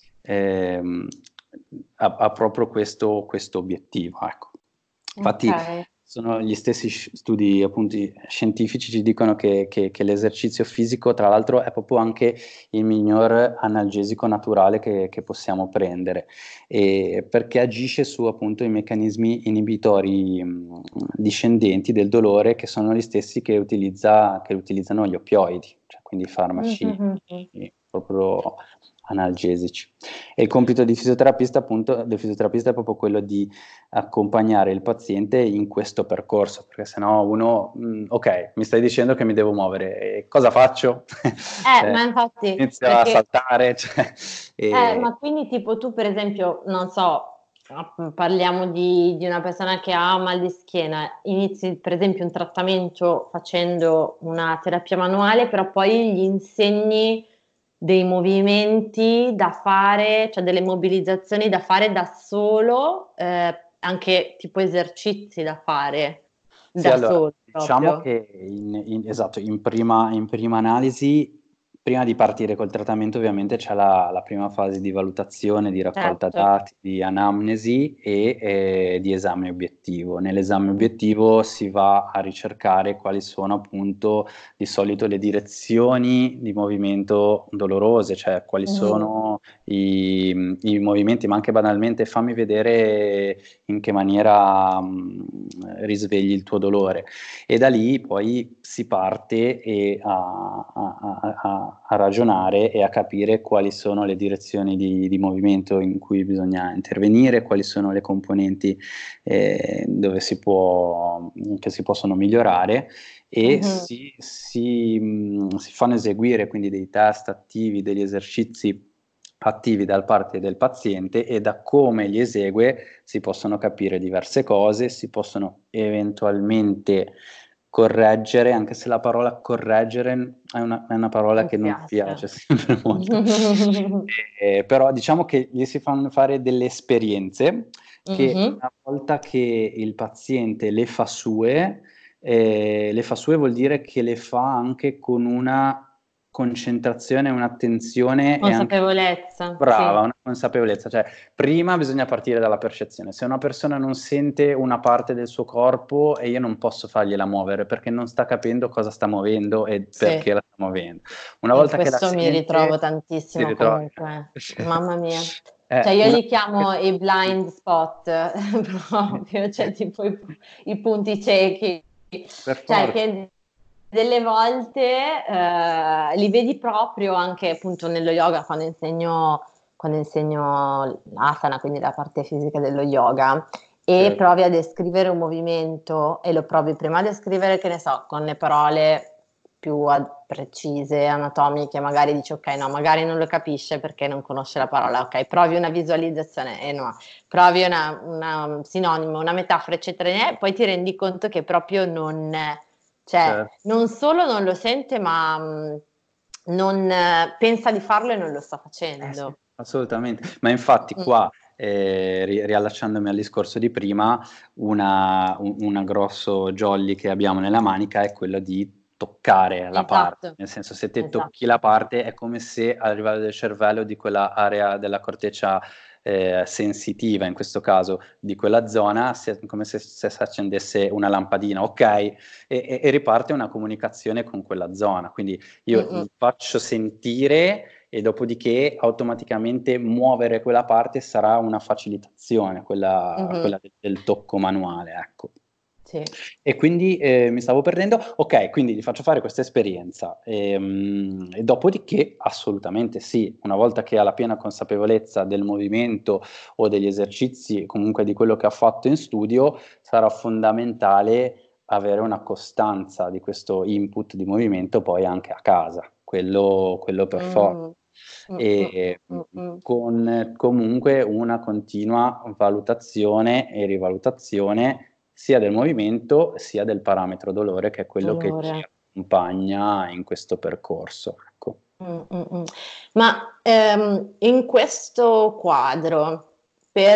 ha proprio questo obiettivo, ecco. Infatti sono gli stessi studi appunto scientifici ci dicono che l'esercizio fisico, tra l'altro, è proprio anche il miglior analgesico naturale che possiamo prendere, perché agisce su appunto i meccanismi inibitori discendenti del dolore, che sono gli stessi che utilizzano gli oppioidi, cioè quindi farmaci proprio analgesici. E il compito del fisioterapista è proprio quello di accompagnare il paziente in questo percorso, perché sennò uno, ok, mi stai dicendo che mi devo muovere, e cosa faccio? Ma infatti, inizio a saltare, ma quindi tipo tu per esempio, non so, parliamo di una persona che ha mal di schiena, inizi per esempio un trattamento facendo una terapia manuale, però poi gli insegni dei movimenti da fare, cioè delle mobilizzazioni da fare da solo, anche tipo esercizi da fare da allora, solo diciamo proprio. che esatto, in prima analisi, prima di partire col trattamento, ovviamente c'è la prima fase di valutazione, di raccolta dati, di anamnesi e di esame obiettivo. Nell'esame obiettivo si va a ricercare quali sono appunto di solito le direzioni di movimento dolorose, cioè quali sono i movimenti, ma anche banalmente fammi vedere in che maniera risvegli il tuo dolore, e da lì poi si parte a ragionare e a capire quali sono le direzioni di movimento in cui bisogna intervenire, quali sono le componenti che si possono migliorare, e si fanno eseguire quindi dei test attivi, degli esercizi attivi da parte del paziente, e da come li esegue si possono capire diverse cose, si possono eventualmente correggere, anche se la parola correggere è una parola che non mi piace sempre molto. Però diciamo che gli si fanno fare delle esperienze che una volta che il paziente le fa sue vuol dire che le fa anche con una concentrazione, un'attenzione e anche una consapevolezza, cioè prima bisogna partire dalla percezione. Se una persona non sente una parte del suo corpo, e io non posso fargliela muovere perché non sta capendo cosa sta muovendo e perché la sta muovendo. Una volta che la questo mi sente, ritrovo tantissimo comunque, mamma mia. Cioè io li chiamo i blind spot proprio, cioè tipo i punti ciechi. Per Cioè forza. delle volte li vedi proprio anche appunto nello yoga quando insegno l'asana, quindi la parte fisica dello yoga, e Certo. provi a descrivere un movimento e lo provi prima a descrivere, che ne so, con le parole più precise, anatomiche, magari dici ok, no, magari non lo capisce perché non conosce la parola, ok, provi una visualizzazione e no, provi una sinonimo, una metafora, eccetera, e poi ti rendi conto che proprio non, cioè, Certo. non solo non lo sente, ma non pensa di farlo e non lo sta Sì, facendo. assolutamente. Ma infatti Mm, qua, riallacciandomi al discorso di prima, una grosso jolly che abbiamo nella manica è quello di toccare la parte. esatto, Nel senso, se te tocchi esatto. la parte è come se a livello del cervello di quella area della corteccia sensitiva, in questo caso di quella zona, come se si accendesse una lampadina, ok? E riparte una comunicazione con quella zona. Quindi io Mm, gli faccio sentire e dopodiché automaticamente muovere quella parte sarà una facilitazione, mm, quella del tocco manuale, ecco. sì. E quindi mi stavo perdendo, ok, quindi gli faccio fare questa esperienza e dopodiché assolutamente sì, una volta che ha la piena consapevolezza del movimento o degli esercizi, comunque di quello che ha fatto in studio, sarà fondamentale avere una costanza di questo input di movimento poi anche a casa, quello per forza. Mm, mm, mm, E mm, mm. con comunque una continua valutazione e rivalutazione sia del movimento sia del parametro dolore, che è quello che ci Dolore. accompagna in questo percorso. Ecco. Mm, mm, mm. Ma in questo quadro, per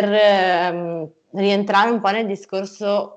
rientrare un po' nel discorso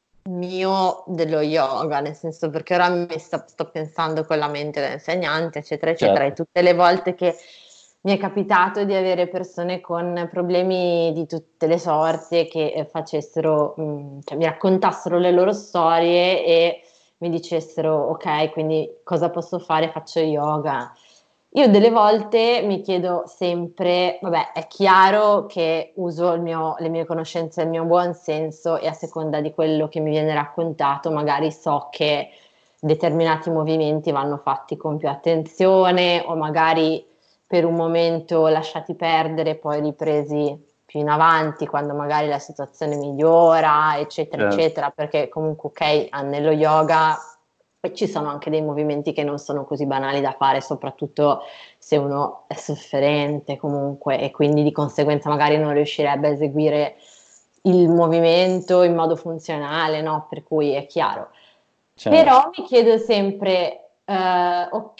mio dello yoga, nel senso perché ora sto pensando con la mente da insegnante, eccetera, eccetera, e Certo, tutte le volte che mi è capitato di avere persone con problemi di tutte le sorti e che facessero, cioè mi raccontassero le loro storie e mi dicessero, ok, quindi cosa posso fare? Faccio yoga. Io delle volte mi chiedo sempre, vabbè, è chiaro che uso le mie conoscenze, il mio buon senso e a seconda di quello che mi viene raccontato, magari so che determinati movimenti vanno fatti con più attenzione o magari per un momento lasciati perdere e poi ripresi più in avanti quando magari la situazione migliora, eccetera, certo, eccetera, perché comunque, ok, nello yoga ci sono anche dei movimenti che non sono così banali da fare, soprattutto se uno è sofferente comunque e quindi di conseguenza magari non riuscirebbe a eseguire il movimento in modo funzionale, no? Per cui è chiaro. certo. Però mi chiedo sempre, ok,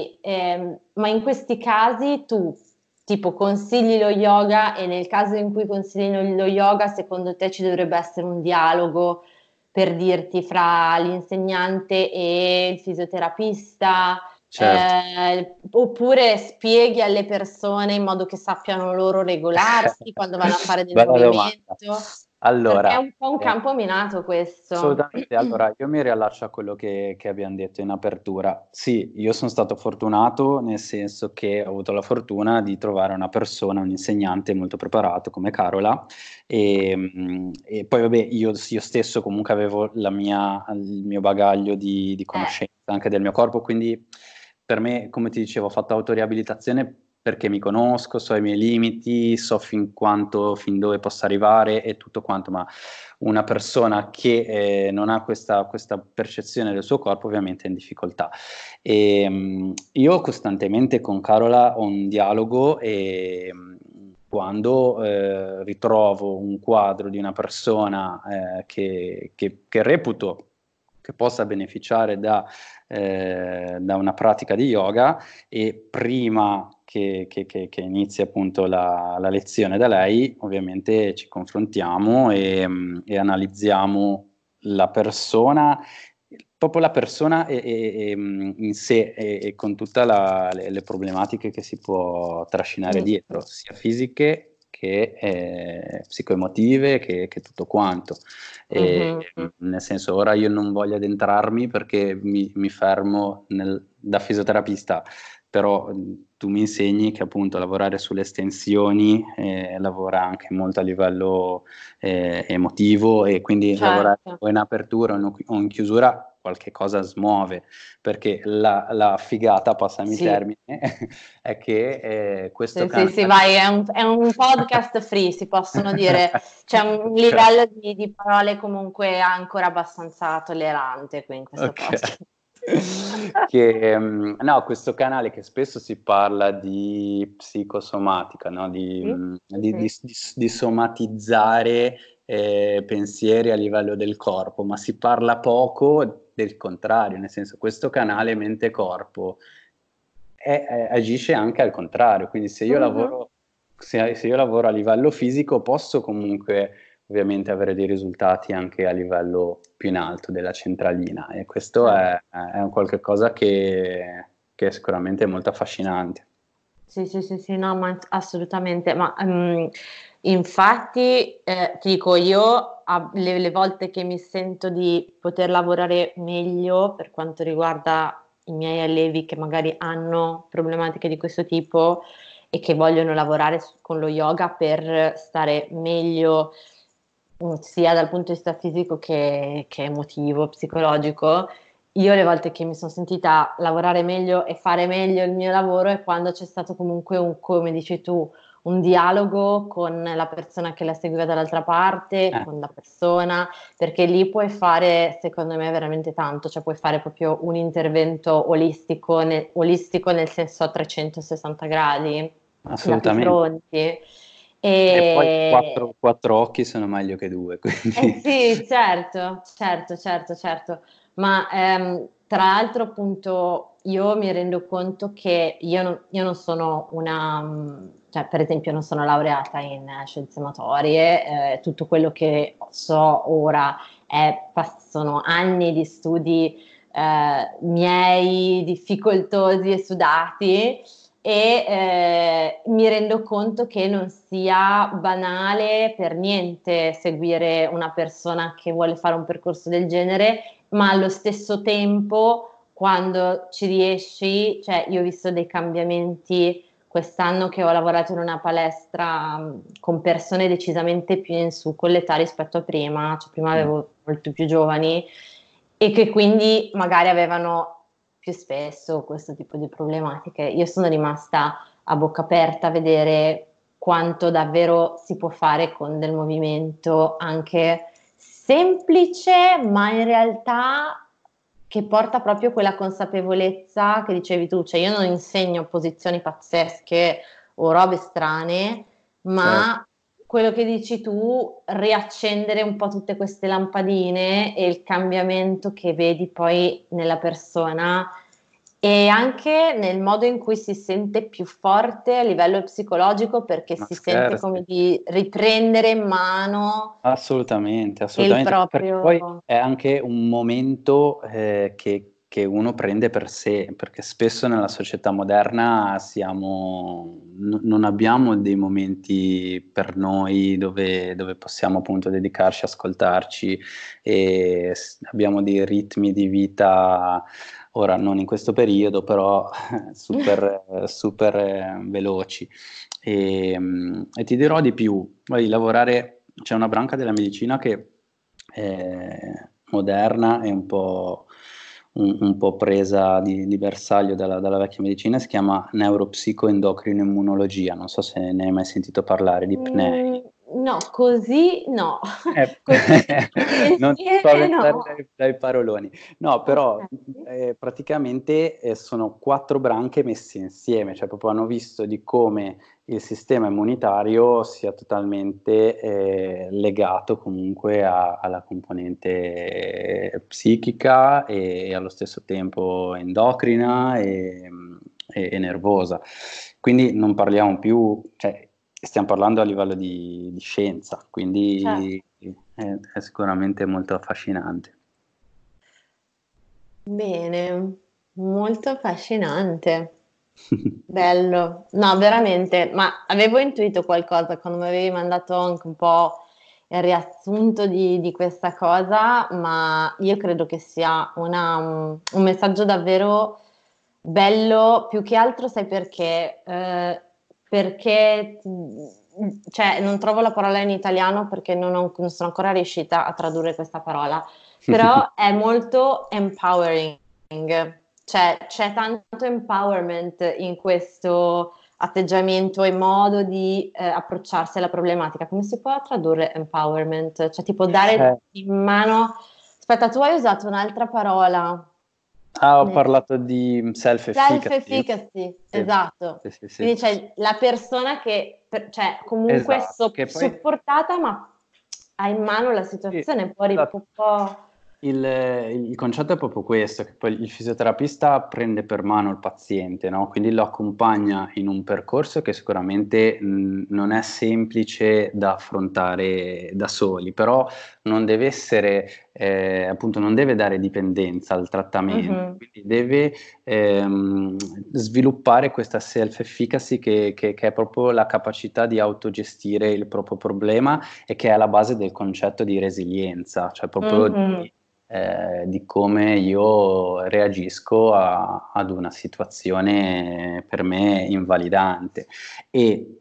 ma in questi casi tu tipo consigli lo yoga e nel caso in cui consigli lo yoga, secondo te ci dovrebbe essere un dialogo per dirti fra l'insegnante e il fisioterapista, Certo. oppure spieghi alle persone in modo che sappiano loro regolarsi quando vanno a fare del Bella domanda. movimento? Perché è Allora, un po' un campo minato questo. assolutamente. Allora, io mi riallaccio a quello che abbiamo detto in apertura. Sì, io sono stato fortunato nel senso che ho avuto la fortuna di trovare una persona, un insegnante molto preparato come Carola e poi vabbè, io stesso comunque avevo il mio bagaglio di Eh, conoscenza anche del mio corpo, quindi per me, come ti dicevo, ho fatto autoriabilitazione perché mi conosco, so i miei limiti, so fin dove posso arrivare e tutto quanto, ma una persona che non ha questa percezione del suo corpo ovviamente è in difficoltà. Io costantemente con Carola ho un dialogo e quando ritrovo un quadro di una persona che reputo che possa beneficiare da una pratica di yoga e prima che inizi appunto la lezione da lei, ovviamente ci confrontiamo e analizziamo la persona, proprio la persona in sé e con tutte le problematiche che si può trascinare mm, dietro, sia fisiche che psicoemotive, che tutto quanto. mhm, mm. Nel senso, ora io non voglio addentrarmi perché mi fermo da fisioterapista, però tu mi insegni che appunto lavorare sulle estensioni lavora anche molto a livello emotivo, e quindi lavorare Certo. o in apertura o in chiusura qualche cosa smuove, perché la figata, passami il Sì. termine, è che questo Sì, sì, canale... sì, vai, è un podcast free, si possono dire, c'è un livello di parole comunque ancora abbastanza tollerante qui in questo Ok. podcast. No, questo canale che spesso si parla di psicosomatica, no? Di, Sì, sì, sì. di somatizzare pensieri a livello del corpo, ma si parla poco del contrario, nel senso questo canale mente-corpo agisce anche al contrario, quindi se io Mhm. lavoro, se io lavoro a livello fisico posso comunque ovviamente avere dei risultati anche a livello più in alto della centralina, e questo Certo. è un qualche cosa che è sicuramente molto affascinante. Sì, sì, sì, sì, no, ma assolutamente, ma infatti ti dico io, le volte che mi sento di poter lavorare meglio per quanto riguarda i miei allievi che magari hanno problematiche di questo tipo e che vogliono lavorare con lo yoga per stare meglio, sia dal punto di vista fisico che emotivo, psicologico. Io le volte che mi sono sentita lavorare meglio e fare meglio il mio lavoro è quando c'è stato comunque come dici tu, un dialogo con la persona che la seguiva dall'altra parte, Eh, con la persona, perché lì puoi fare, secondo me, veramente tanto, cioè puoi fare proprio un intervento olistico, olistico nel senso a 360 gradi, da più Assolutamente. fronti. E poi E, quattro occhi sono meglio che due, eh quindi... sì, certo, certo, certo, certo, ma tra l'altro appunto io mi rendo conto che io non sono una, cioè per esempio non sono laureata in scienze motorie, tutto quello che so ora sono anni di studi miei difficoltosi e sudati e mi rendo conto che non sia banale per niente seguire una persona che vuole fare un percorso del genere, ma allo stesso tempo, quando ci riesci, cioè io ho visto dei cambiamenti quest'anno che ho lavorato in una palestra con persone decisamente più in su con l'età rispetto a prima, cioè prima Mm. avevo molto più giovani e che quindi magari avevano più spesso questo tipo di problematiche. Io sono rimasta a bocca aperta a vedere quanto davvero si può fare con del movimento anche semplice, ma in realtà che porta proprio quella consapevolezza che dicevi tu, cioè io non insegno posizioni pazzesche o robe strane, Certo. ma quello che dici tu, riaccendere un po' tutte queste lampadine e il cambiamento che vedi poi nella persona e anche nel modo in cui si sente più forte a livello psicologico perché Ma si sente come scherzi. di riprendere in mano Assolutamente, il assolutamente, perché poi proprio... è anche un momento che uno prende per sé, perché spesso nella società moderna non abbiamo dei momenti per noi dove possiamo appunto dedicarci, ascoltarci, e abbiamo dei ritmi di vita, ora non in questo periodo, però super veloci. E ti dirò di più, vai, lavorare, c'è una branca della medicina che è moderna e un po' presa di bersaglio dalla vecchia medicina, si chiama neuropsicoendocrinoimmunologia, non so se ne hai mai sentito parlare, di Mm, PNEI. no, così no, Eh, così tutto non ti insieme spaventare no. dai paroloni. No, però Ok. praticamente sono quattro branche messe insieme, cioè proprio hanno visto di come il sistema immunitario sia totalmente legato comunque alla componente psichica e allo stesso tempo endocrina e nervosa. Quindi non parliamo più, cioè, stiamo parlando a livello di scienza, Certo. quindi è sicuramente molto affascinante. Bene, molto affascinante. Bello, no, veramente, ma avevo intuito qualcosa quando mi avevi mandato anche un po' il riassunto di questa cosa, ma io credo che sia un messaggio davvero Bello, più che altro sai perché? Perché, cioè, non trovo la parola in italiano perché non sono ancora riuscita a tradurre questa parola, però è molto empowering, cioè c'è tanto empowerment in questo atteggiamento e modo di approcciarsi alla problematica. Come si può tradurre empowerment? Cioè, tipo dare Eh, in mano... Aspetta, tu hai usato un'altra parola. ho parlato di self-efficacy. Self-efficacy, Sì, esatto. sì, sì, sì. Quindi c'è la persona che, cioè, comunque Esatto, che poi supportata, ma ha in mano la sì, situazione, esatto. può... Il concetto è proprio questo, che poi il fisioterapista prende per mano il paziente, no? Quindi lo accompagna in un percorso che sicuramente non è semplice da affrontare da soli, però non deve essere, appunto, non deve dare dipendenza al trattamento, Mhm, quindi deve sviluppare questa self-efficacy che è proprio la capacità di autogestire il proprio problema e che è alla base del concetto di resilienza, cioè proprio mhm. di come io reagisco ad una situazione per me invalidante. E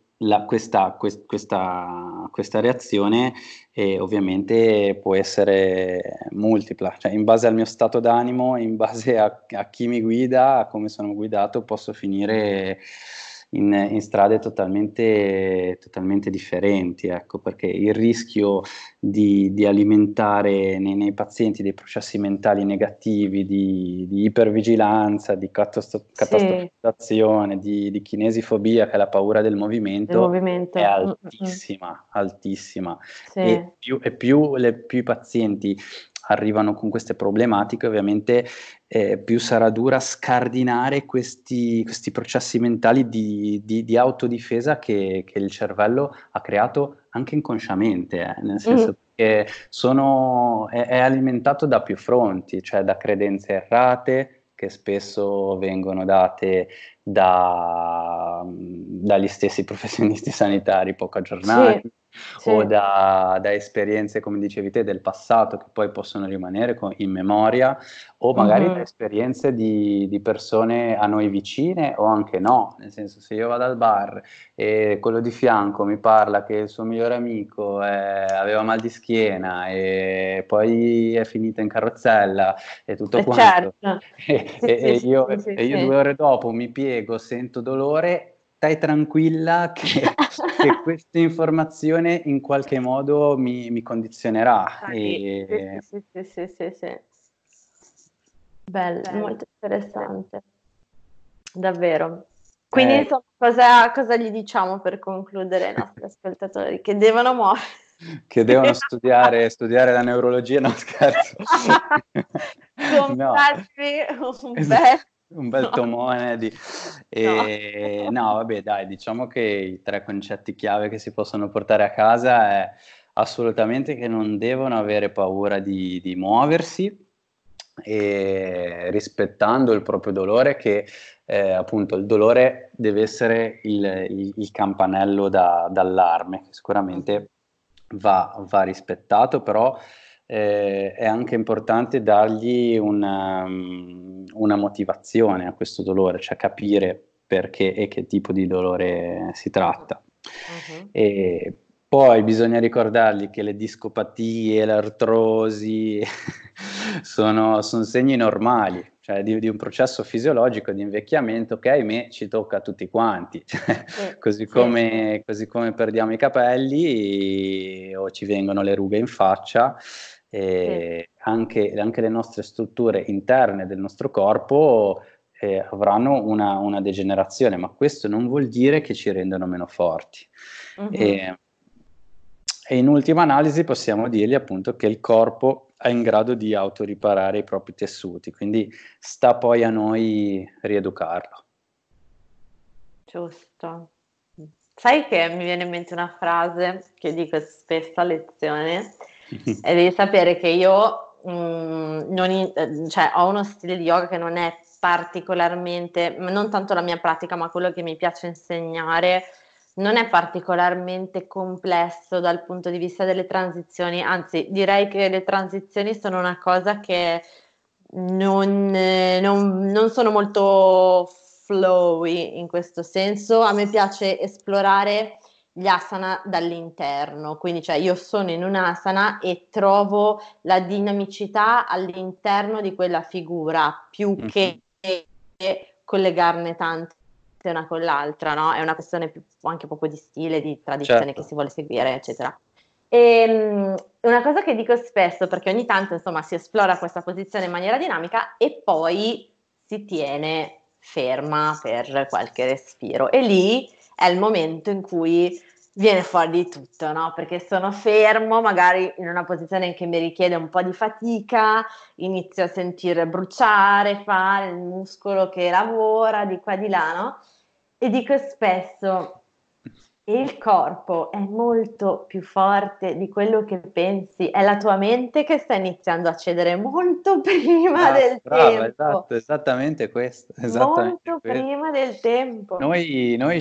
questa reazione ovviamente può essere multipla, cioè in base al mio stato d'animo, in base a chi mi guida, a come sono guidato, posso finire in strade totalmente differenti, ecco, perché il rischio di alimentare nei pazienti dei processi mentali negativi, di ipervigilanza, di Sì, catastrofizzazione, di chinesifobia, che è la paura del del movimento, è movimento. Mm, mm, mm. altissima, altissima. Sì. Più i pazienti arrivano con queste problematiche, ovviamente più sarà dura scardinare questi processi mentali di autodifesa che il cervello ha creato anche inconsciamente, nel Mm. senso che è alimentato da più fronti, cioè da credenze errate che spesso vengono date dagli stessi professionisti sanitari poco Sì, aggiornati o sì. da esperienze, come dicevi te, del passato che poi possono rimanere in memoria o magari da Mhm. esperienze di persone a noi vicine o anche no, nel senso se io vado al bar e quello di fianco mi parla che il suo migliore amico aveva mal di schiena e poi è finita in carrozzella e tutto quanto, Certo. e, Sì, e- e sì, sì, io, sì, sì, e io sì. 2 ore dopo mi piego, sento dolore, stai tranquilla che questa informazione in qualche modo mi condizionerà. Sì, sì, sì, sì, sì, sì, sì, sì. Bello, molto interessante, davvero. Quindi, Eh, insomma, cosa gli diciamo per concludere ai nostri ascoltatori? Che devono muoversi. che devono studiare la neurologia, no scherzo. No, Compratevi un esatto, bel... un bel No, tomone no. no, vabbè, dai, diciamo che i 3 concetti chiave che si possono portare a casa è assolutamente che non devono avere paura di muoversi e rispettando il proprio dolore, che appunto il dolore deve essere il campanello d'allarme, che sicuramente va rispettato, però è anche importante dargli una motivazione a questo dolore, cioè capire perché e che tipo di dolore si tratta. Mhm. E poi bisogna ricordargli che le discopatie, l'artrosi sono segni normali, cioè di un processo fisiologico di invecchiamento che ahimè ci tocca a tutti quanti. Cioè, Sì, così sì, così come perdiamo i capelli o ci vengono le rughe in faccia, sì. anche le nostre strutture interne del nostro corpo avranno una degenerazione, ma questo non vuol dire che ci rendono meno forti. Mhm. E, e in ultima analisi possiamo dirgli appunto che il corpo è in grado di autoriparare i propri tessuti, quindi sta poi a noi rieducarlo. Giusto. Sai che mi viene in mente una frase che dico spesso a lezione e devi sapere che io cioè, ho uno stile di yoga che non è particolarmente, non tanto la mia pratica, ma quello che mi piace insegnare, non è particolarmente complesso dal punto di vista delle transizioni, anzi direi che le transizioni sono una cosa che non sono molto flowy in questo senso. A me piace esplorare gli asana dall'interno, quindi cioè io sono in un asana e trovo la dinamicità all'interno di quella figura più Mhm. che collegarne tante una con l'altra, no? È una questione più, anche proprio di stile, di tradizione che Certo. si vuole seguire, eccetera. E una cosa che dico spesso, perché ogni tanto insomma si esplora questa posizione in maniera dinamica e poi si tiene ferma per qualche respiro. E lì è il momento in cui viene fuori di tutto, no? Perché sono fermo, magari in una posizione che mi richiede un po' di fatica, inizio a sentire bruciare, fare il muscolo che lavora di qua e di là, no? E dico spesso, il corpo è molto più forte di quello che pensi, è la tua mente che sta iniziando a cedere molto prima Brava, del brava, tempo, esatto, esattamente questo, esattamente molto questo. prima del tempo. Noi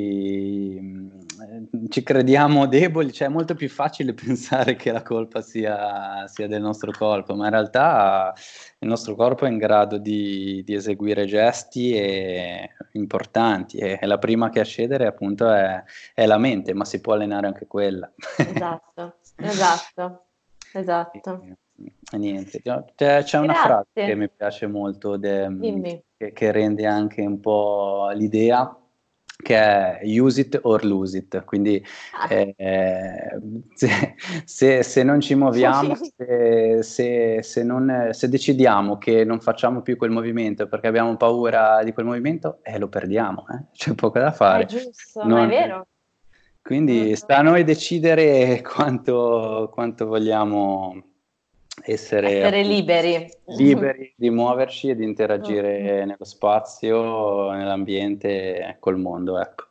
ci crediamo deboli, cioè è molto più facile pensare che la colpa sia del nostro corpo, ma in realtà il nostro corpo è in grado di eseguire gesti importanti e la prima che a cedere appunto è la mente, ma si può allenare anche quella. Esatto, esatto, E, esatto. niente, c'è una frase che Grazie, mi piace molto dimmi. che rende anche un po' l'idea, che è use it or lose it, quindi Ah. se non ci muoviamo, se decidiamo che non facciamo più quel movimento perché abbiamo paura di quel movimento, lo perdiamo, c'è poco da È fare. giusto, ma è Non- vero. Mm, quindi sta a noi decidere quanto vogliamo essere essere appunto liberi. liberi di muoverci e di Mm, mm. interagire nello spazio, nell'ambiente, col mondo, ecco.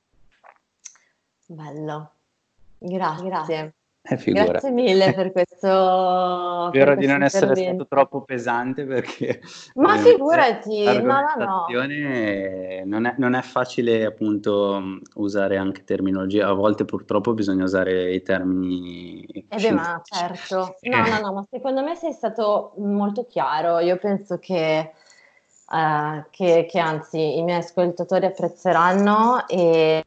Bello, Grazie. grazie. Figura. Grazie mille per Spero di questo non essere stato intervento. troppo pesante perché Ma ovviamente figurati, no, no, no. l'argomentazione non è facile appunto usare anche terminologia, a volte purtroppo bisogna usare i termini Beh, ma scientifici. certo. No, no, no, ma secondo me sei stato molto chiaro. Io penso che anzi i miei ascoltatori apprezzeranno e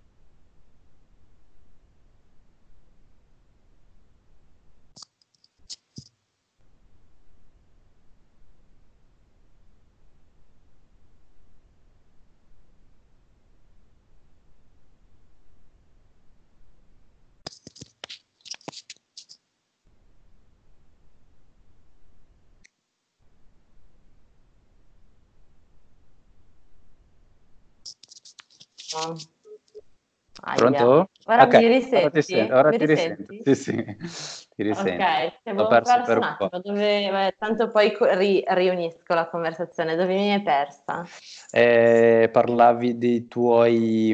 Aia. Pronto? Ora Ok, mi ora ti sento, risenti? ora Mi ti risento. risenti? Sì, sì, ti Ok, risento. ti L'ho avevo perso perso per un un po'. attimo, tanto poi riunisco la conversazione, dove mi hai persa? Parlavi dei tuoi...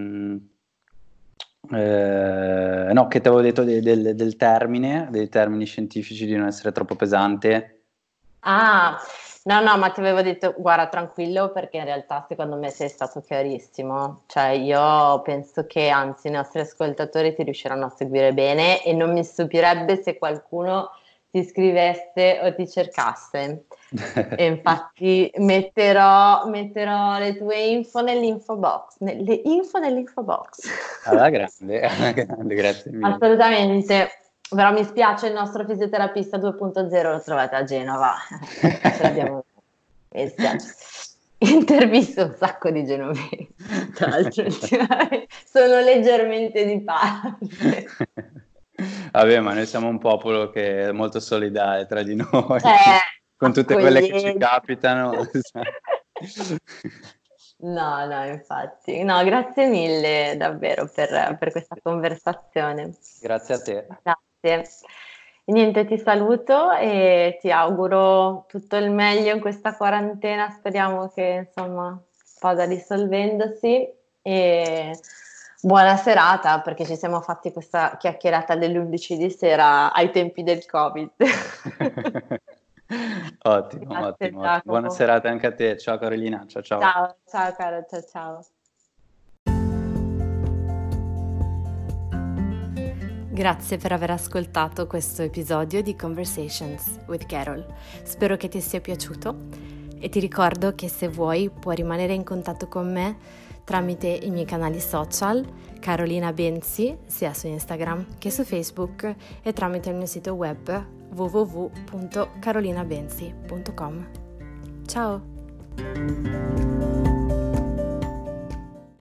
no, che ti avevo detto del termine, dei termini scientifici di non essere troppo pesante. Ah, no, no, ma ti avevo detto, guarda, tranquillo, perché in realtà secondo me sei stato chiarissimo. Cioè, io penso che anzi i nostri ascoltatori ti riusciranno a seguire bene e non mi stupirebbe se qualcuno ti scrivesse o ti cercasse. E infatti metterò le tue info nell'info box, le info nell'info box. Alla grande, grazie mille. Assolutamente, però mi spiace il nostro fisioterapista 2.0 lo trovate a Genova, ce l'abbiamo, mi spiace. Intervisto un sacco di genovesi, tra l'altro ultimamente sono leggermente di parte. Vabbè, ma noi siamo un popolo che è molto solidale tra di noi, con tutte quelle che ci Accogliente. capitano. No, no, infatti. No, grazie mille davvero per questa conversazione. Grazie a te. Grazie. E niente, ti saluto e ti auguro tutto il meglio in questa quarantena. Speriamo che insomma vada risolvendosi e buona serata perché ci siamo fatti questa chiacchierata alle 11 di sera ai tempi del Covid. Ottimo, Grazie ottimo, ottimo. Buona Giacomo. serata anche a te. Ciao Carolina, ciao ciao. Ciao, ciao caro, ciao ciao. Grazie per aver ascoltato questo episodio di Conversations with Carol. Spero che ti sia piaciuto e ti ricordo che se vuoi puoi rimanere in contatto con me tramite i miei canali social, Carolina Benzi, sia su Instagram che su Facebook, e tramite il mio sito web www.carolinabenzi.com. Ciao!